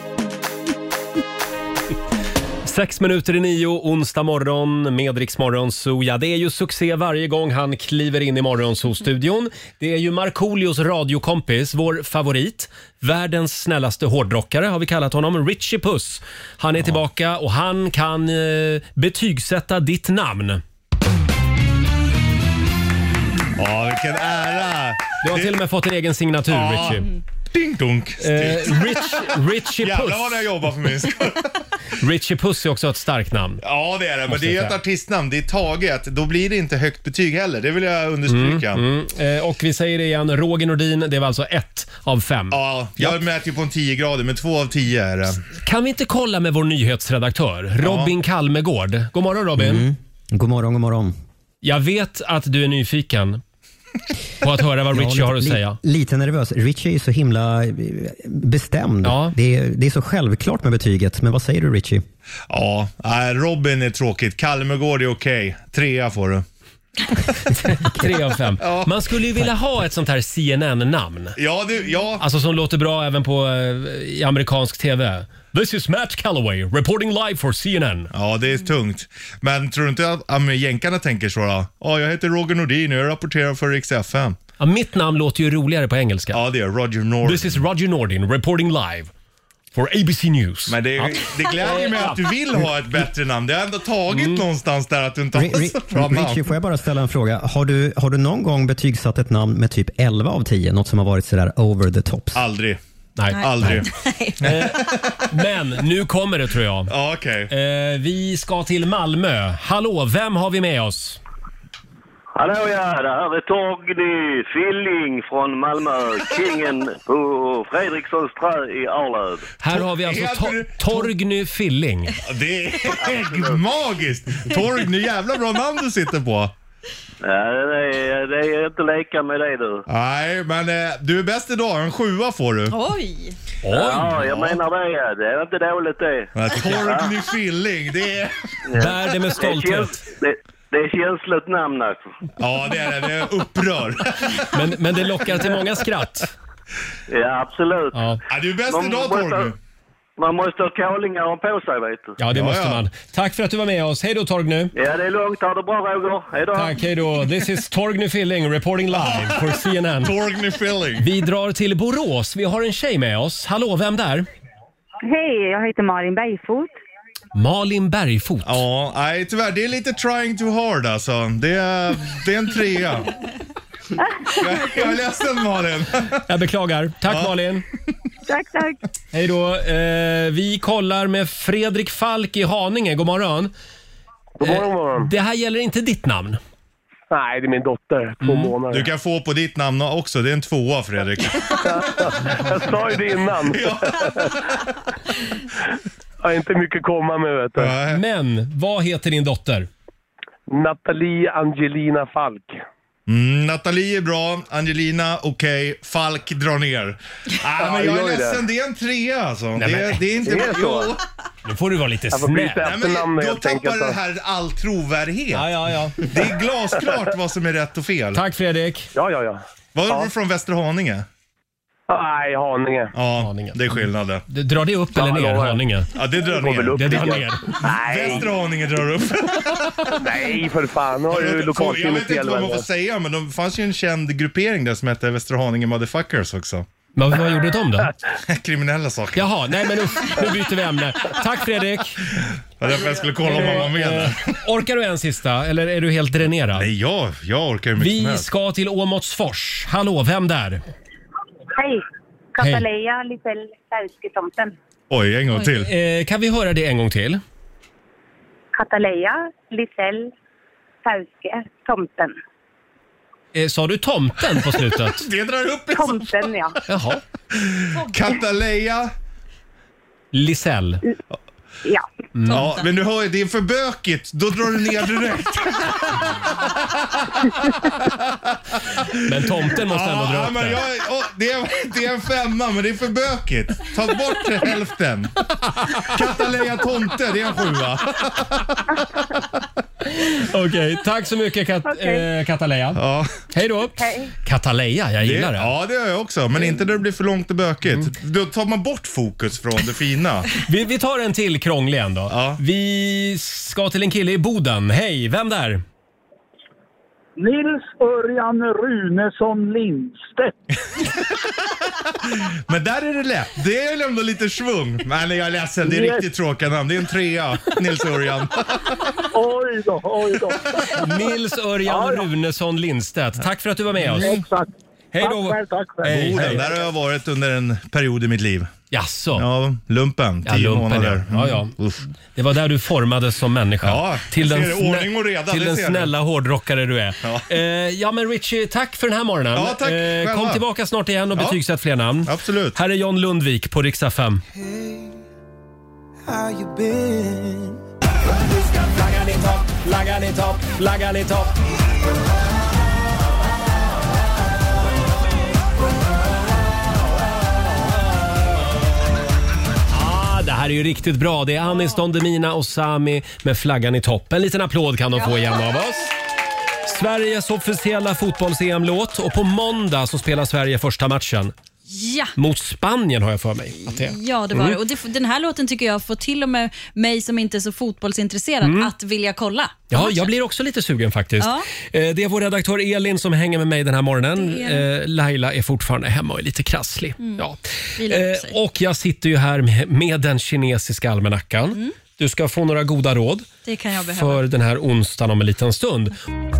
8:06, onsdag morgon med Rix Morgon Zoo. Ja, det är ju succé varje gång han kliver in i Morgon Zoo-studion. Det är ju Markoolios radiokompis, vår favorit. Världens snällaste hårdrockare har vi kallat honom, Richie Puss. Han är tillbaka och han kan betygsätta ditt namn. Ja, vilken ära! Du har till och med fått en egen signatur, Richie. Ding dunk. Richie Puss. Jävlar vad jag jobbar för mig. Richie Puss är också ett starkt namn. Ja, det är det. Men det är ett artistnamn. Det är taget. Då blir det inte högt betyg heller. Det vill jag understryka. Och vi säger det igen. Roger Nordin, det var alltså 1 av 5. Ja, jag mäter ju på en 10 grader, men 2 av 10 är det. Kan vi inte kolla med vår nyhetsredaktör, Robin Kalmegård? God morgon, Robin. God morgon. Jag vet att du är nyfiken på att höra vad Richie har att säga. Lite nervös. Richie är så himla bestämd. Ja. Det är så självklart med betyget. Men vad säger du, Richie? Ja, Robin är tråkigt. Kalmegård är okej. 3 får du. 3 av 5. Ja. Man skulle ju vilja ha ett sånt här CNN-namn. Ja. Alltså som låter bra även på i amerikansk tv. This is Matt Calloway reporting live for CNN. Ja, det är tungt. Men tror du inte att jänkarna tänker så då? Ja, jag heter Roger Nordin och jag rapporterar för Rix FM. Ja, mitt namn låter ju roligare på engelska. Ja, det är Roger Nordin. This is Roger Nordin reporting live. For ABC News. Men det glädjer mig att du vill ha ett bättre namn. Det har ändå tagit någonstans där att du inte har så bra namn. Richie, får jag bara ställa en fråga? Har du någon gång betygsatt ett namn med typ 11 av 10? Något som har varit sådär over the tops? Aldrig. Nej. Aldrig. Men nu kommer det, tror jag. Ja, okej. Vi ska till Malmö. Hallå, vem har vi med oss? Hallå ja, det här är Torgny Filling från Malmö. Kingen på Fredrikssons trä i Arlöv. Här har vi alltså Torgny Filling. Det är magiskt! Torgny, jävla bra namn du sitter på. Ja, det är inte leka med dig du. Nej, men du är bäst idag. En 7 får du. Oj! Ja, jag menar det. Det är inte dåligt det. Torgny Filling, det är... Bär det med stolthet. Det är känsligt namn alltså. Ja, det är det. Det är upprör. Men det lockar till många skratt. Ja, absolut. Ja. Du är bäst idag, Torgny. Man måste ha kålingar på sig, vet du. Ja, det måste man. Tack för att du var med oss. Hej då, Torgny. Ja, det är lugnt. Ha det bra, Roger. Hej då. Tack, hej då. This is Torgny Filling reporting live for CNN. Torgny Filling. Vi drar till Borås. Vi har en tjej med oss. Hallå, vem där? Hej, jag heter Malin Bergfot. Malin Bergfot. Ja, nej, tyvärr. Det är lite trying too hard alltså. Det är en 3. Jag är ledsen, Malin. Jag beklagar. Tack, Malin. Tack. Hej då. Vi kollar med Fredrik Falk i Haninge. God morgon. God morgon. Det här gäller inte ditt namn. Nej, det är min dotter. 2 månader. Du kan få på ditt namn också. Det är en 2, Fredrik. Jag sa ju det innan. Jag har inte mycket att komma med, vet du. Men, vad heter din dotter? Nathalie Angelina Falk. Nathalie är bra, Angelina okej, Falk drar ner. Men jag är ledsen, det är en 3 alltså. Nej, det är inte det är så. Nu får du vara lite Jag får byta snäll. efternamn, Då jag tänker tappar att- det här all trovärdighet. Ja. Det är glasklart vad som är rätt och fel. Tack, Fredrik. Ja. Var du från Västerhaninge? Nej, Haninge. Ja, det är skillnaden. Drar det upp eller ner, Haninge? Ja, det drar ner. Det drar ner. Västerhaninge drar upp. Nej, för fan. Nu har du Jag lokaltidning vet inte vad man får säga, men det fanns ju en känd gruppering där som hette Västerhaninge Motherfuckers också. Men vad gjorde de då? Kriminella saker. Jaha, nej men nu byter vi ämne. Tack, Fredrik. Det var därför jag skulle kolla om man var med där. Orkar du en sista, eller är du helt dränerad? Nej, jag orkar ju mycket som Vi helst. ska till Åmotsfors. Hallå, vem där? Hej, Kataleja Lisell Fauske-tomten. Oj, en gång till. Kan vi höra det en gång till? Kataleja Lisell Fauske-tomten. Sa du tomten på slutet? Det drar upp i Tomten, ja. Jaha. Kataleja Lisell. Ja. Ja, men du hör ju, det är för bökigt. Då drar du ner direkt. Men tomten måste ändå dra upp men det. det är en 5, men det är för bökigt. Ta bort hälften. Kataleja tomte, det är en 7. Okej, tack så mycket Kataleja. Ja. Hej då. Hej. Kataleja, jag gillar det. Ja, det gör jag också. Men inte när det blir för långt och bökigt. Då tar man bort fokus från det fina. Vi tar en till krånglig ändå. Ja. Vi ska till en kille i Boden. Hej, vem där? Nils Örjan Runesson Lindstedt. Men där är det lätt. Det är ändå lite svung. Men jag är ledsen, det är riktigt tråkiga namn. Det är en 3, Nils Örjan. Oj då. Nils Örjan Runesson Lindstedt. Tack för att du var med oss. Exakt. Hej då. Tack själv. Hej. Där har jag varit under en period i mitt liv. Jaså? Ja, lumpen. 10 månader. Ja. Det var där du formades som människa. Ja, till den, ordning och reda, till den snälla hårdrockare du är. Ja. Men Richie, tack för den här morgonen. Ja, tack själva. Kom tillbaka snart igen och betygsätt fler namn. Absolut. Här är John Lundvik på Rix FM. How you been? Flaggan i topp, flaggan i topp, flaggan i topp. Det här är ju riktigt bra. Det är Anis Don Demina och Sami med flaggan i topp. En liten applåd kan de få igen av oss. Sveriges officiella fotbolls-EM-låt och på måndag så spelar Sverige första matchen. Ja. Mot Spanien har jag för mig att det är. Ja, det var det. Och den här låten tycker jag får till och med mig som inte är så fotbollsintresserad att vilja kolla. Ja, jag blir också lite sugen faktiskt. Ja. Det är vår redaktör Elin som hänger med mig den här morgonen. Laila är fortfarande hemma och är lite krasslig. Ja. Och jag sitter ju här med den kinesiska almanackan. Du ska få några goda råd. Det kan jag behöva. För den här onsdagen om en liten stund.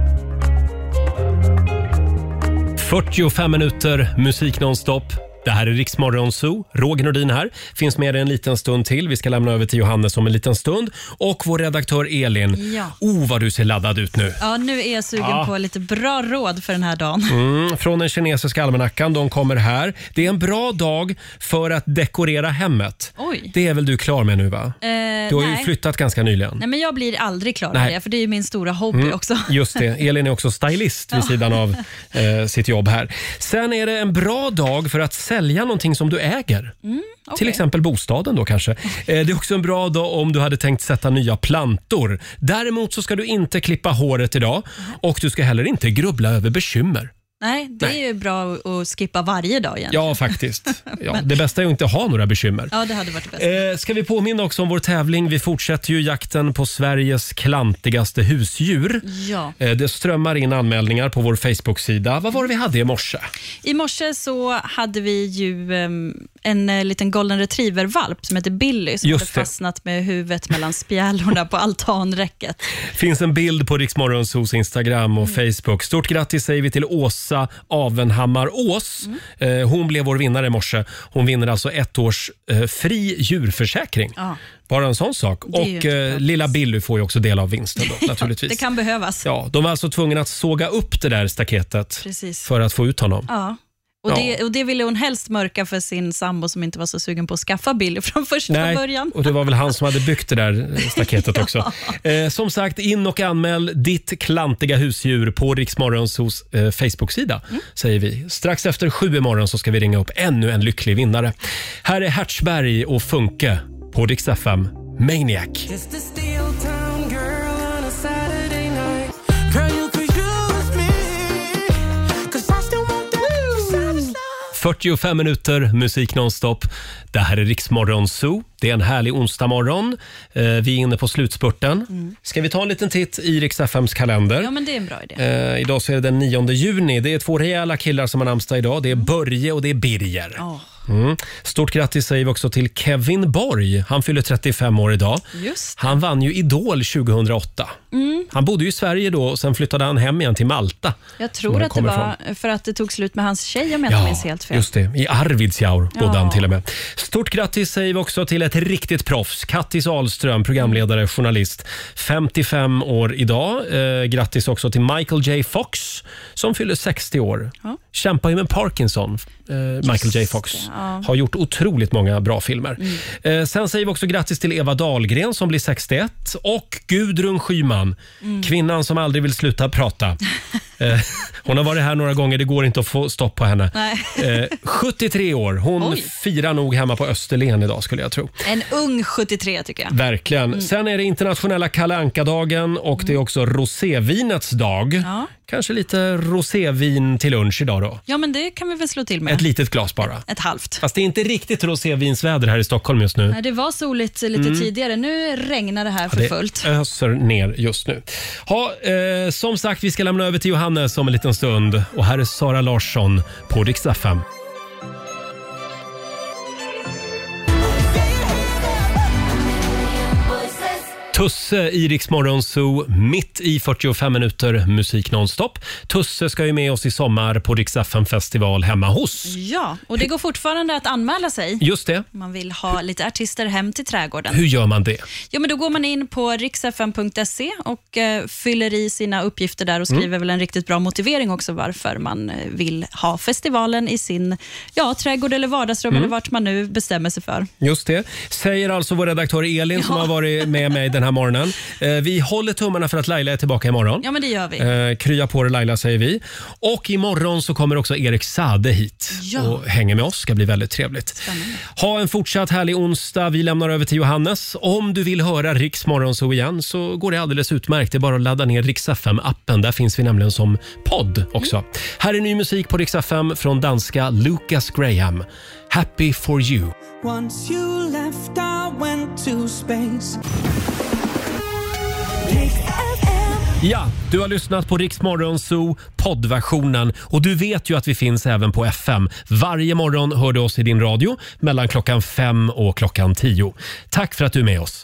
45 minuter musik nonstop. Det här är Rix Morgon Zoo. Roger Nordin här. Finns med en liten stund till. Vi ska lämna över till Johannes om en liten stund. Och vår redaktör Elin. Ja. Vad du ser laddad ut nu. Ja, nu är jag sugen på lite bra råd för den här dagen. Från den kinesiska almanackan. De kommer här. Det är en bra dag för att dekorera hemmet. Oj. Det är väl du klar med nu, va? Du har ju flyttat ganska nyligen. Nej, men jag blir aldrig klar med det, för det är ju min stora hobby också. Just det. Elin är också stylist vid sidan av sitt jobb här. Sen är det en bra dag för att sälja någonting som du äger. Okay. Till exempel bostaden då kanske. Det är också en bra dag om du hade tänkt sätta nya plantor. Däremot så ska du inte klippa håret idag och du ska heller inte grubbla över bekymmer. Nej, det är ju bra att skippa varje dag egentligen. Ja, faktiskt. Ja, det bästa är ju inte att ha några bekymmer. Ja, det hade varit det bästa. Ska vi påminna också om vår tävling? Vi fortsätter ju jakten på Sveriges klantigaste husdjur. Ja. Det strömmar in anmälningar på vår Facebook-sida. Vad var det vi hade i morse? I morse så hade vi ju en liten golden retriever-valp som heter Billy som hade fastnat med huvudet mellan spjälorna på altanräcket. Finns en bild på Rix Morgon Zoos Instagram och Facebook. Stort grattis säger vi till Åsa Avenhammar-Ås. Hon blev vår vinnare i morse. Hon vinner alltså 1 års fri djurförsäkring. Ja. Bara en sån sak. Och lilla Billy får ju också del av vinsten då, naturligtvis. Det kan behövas. Ja, de var alltså tvungna att såga upp det där staketet för att få ut honom. Ja. Och det ville hon helst mörka för sin sambo som inte var så sugen på att skaffa Billy från första början. Och det var väl han som hade byggt det där staketet också. Som sagt, in och anmäl ditt klantiga husdjur på Rix Morgonzoos Facebook-sida, säger vi. Strax efter 7 i morgon så ska vi ringa upp ännu en lycklig vinnare. Här är Hertzberg och Funke på Rix FM Maniac. 45 minuter musik nonstop. Det här är Rix Morgon Zoo. Det är en härlig onsdag morgon. Vi är inne på slutspurten. Ska vi ta en liten titt i Rix FMs kalender? Ja, men det är en bra idé. Idag så är det den 9 juni. Det är 2 rejäla killar som har namnsdag idag. Det är Börje och det är Birger. Stort grattis säger vi också till Kevin Borg. Han fyller 35 år idag. Just. Han vann ju Idol 2008. Han bodde ju i Sverige då och sen flyttade han hem igen till Malta. Jag tror att det var för att det tog slut med hans tjej om jag inte minns helt fel. Just det. I Arvidsjaur bodde han till och med. Stort grattis säger vi också till ett riktigt proffs. Kattis Ahlström, programledare, journalist. 55 år idag. Grattis också till Michael J. Fox som fyller 60 år. Kämpar ju med Parkinson. Michael J. Fox har gjort otroligt många bra filmer. Sen säger vi också grattis till Eva Dahlgren som blir 61 och Gudrun Schyman, kvinnan som aldrig vill sluta prata. Hon har varit här några gånger, det går inte att få stopp på henne. 73 år, hon firar nog hemma på Österlen idag skulle jag tro. En ung 73 tycker jag. Verkligen. Sen är det internationella Kalle Anka-dagen och det är också rosévinets dag. Kanske lite rosévin till lunch idag då. Ja, men det kan vi väl slå till med. Ett litet glas bara. Ett halvt. Fast det är inte riktigt rosévinsväder här i Stockholm just nu. Nej, det var soligt lite tidigare. Nu regnar det här för fullt. Det öser ner just nu. Som sagt, vi ska lämna över till Johannes om en liten stund. Och här är Sara Larsson på Rix FM. Tusse i Rix Morgon Zoo, mitt i 45 minuter musik nonstop. Tusse ska ju med oss i sommar på Rix FM festival hemma hos. Ja, och det går fortfarande att anmäla sig. Just det. Man vill ha lite artister hem till trädgården. Hur gör man det? Ja, men då går man in på riksfm.se och fyller i sina uppgifter där och skriver väl en riktigt bra motivering också varför man vill ha festivalen i sin trädgård eller vardagsrum eller vart man nu bestämmer sig för. Just det. Säger alltså vår redaktör Elin som har varit med mig den den här morgonen. Vi håller tummarna för att Laila är tillbaka imorgon. Ja, men det gör vi. Krya på dig Laila, säger vi. Och imorgon så kommer också Erik Sade hit och hänger med oss. Ska bli väldigt trevligt. Spännande. Ha en fortsatt härlig onsdag. Vi lämnar över till Johannes. Om du vill höra Riks Morgonzoo igen så går det alldeles utmärkt. Det är bara att ladda ner Rix FM-appen. Där finns vi nämligen som podd också. Här är ny musik på Rix FM från danska Lucas Graham. Happy for you. Once you left, I went to space. Ja, du har lyssnat på Rix Morgonzoo poddversionen och du vet ju att vi finns även på FM. Varje morgon hör du oss i din radio mellan klockan 5 och klockan 10. Tack för att du är med oss.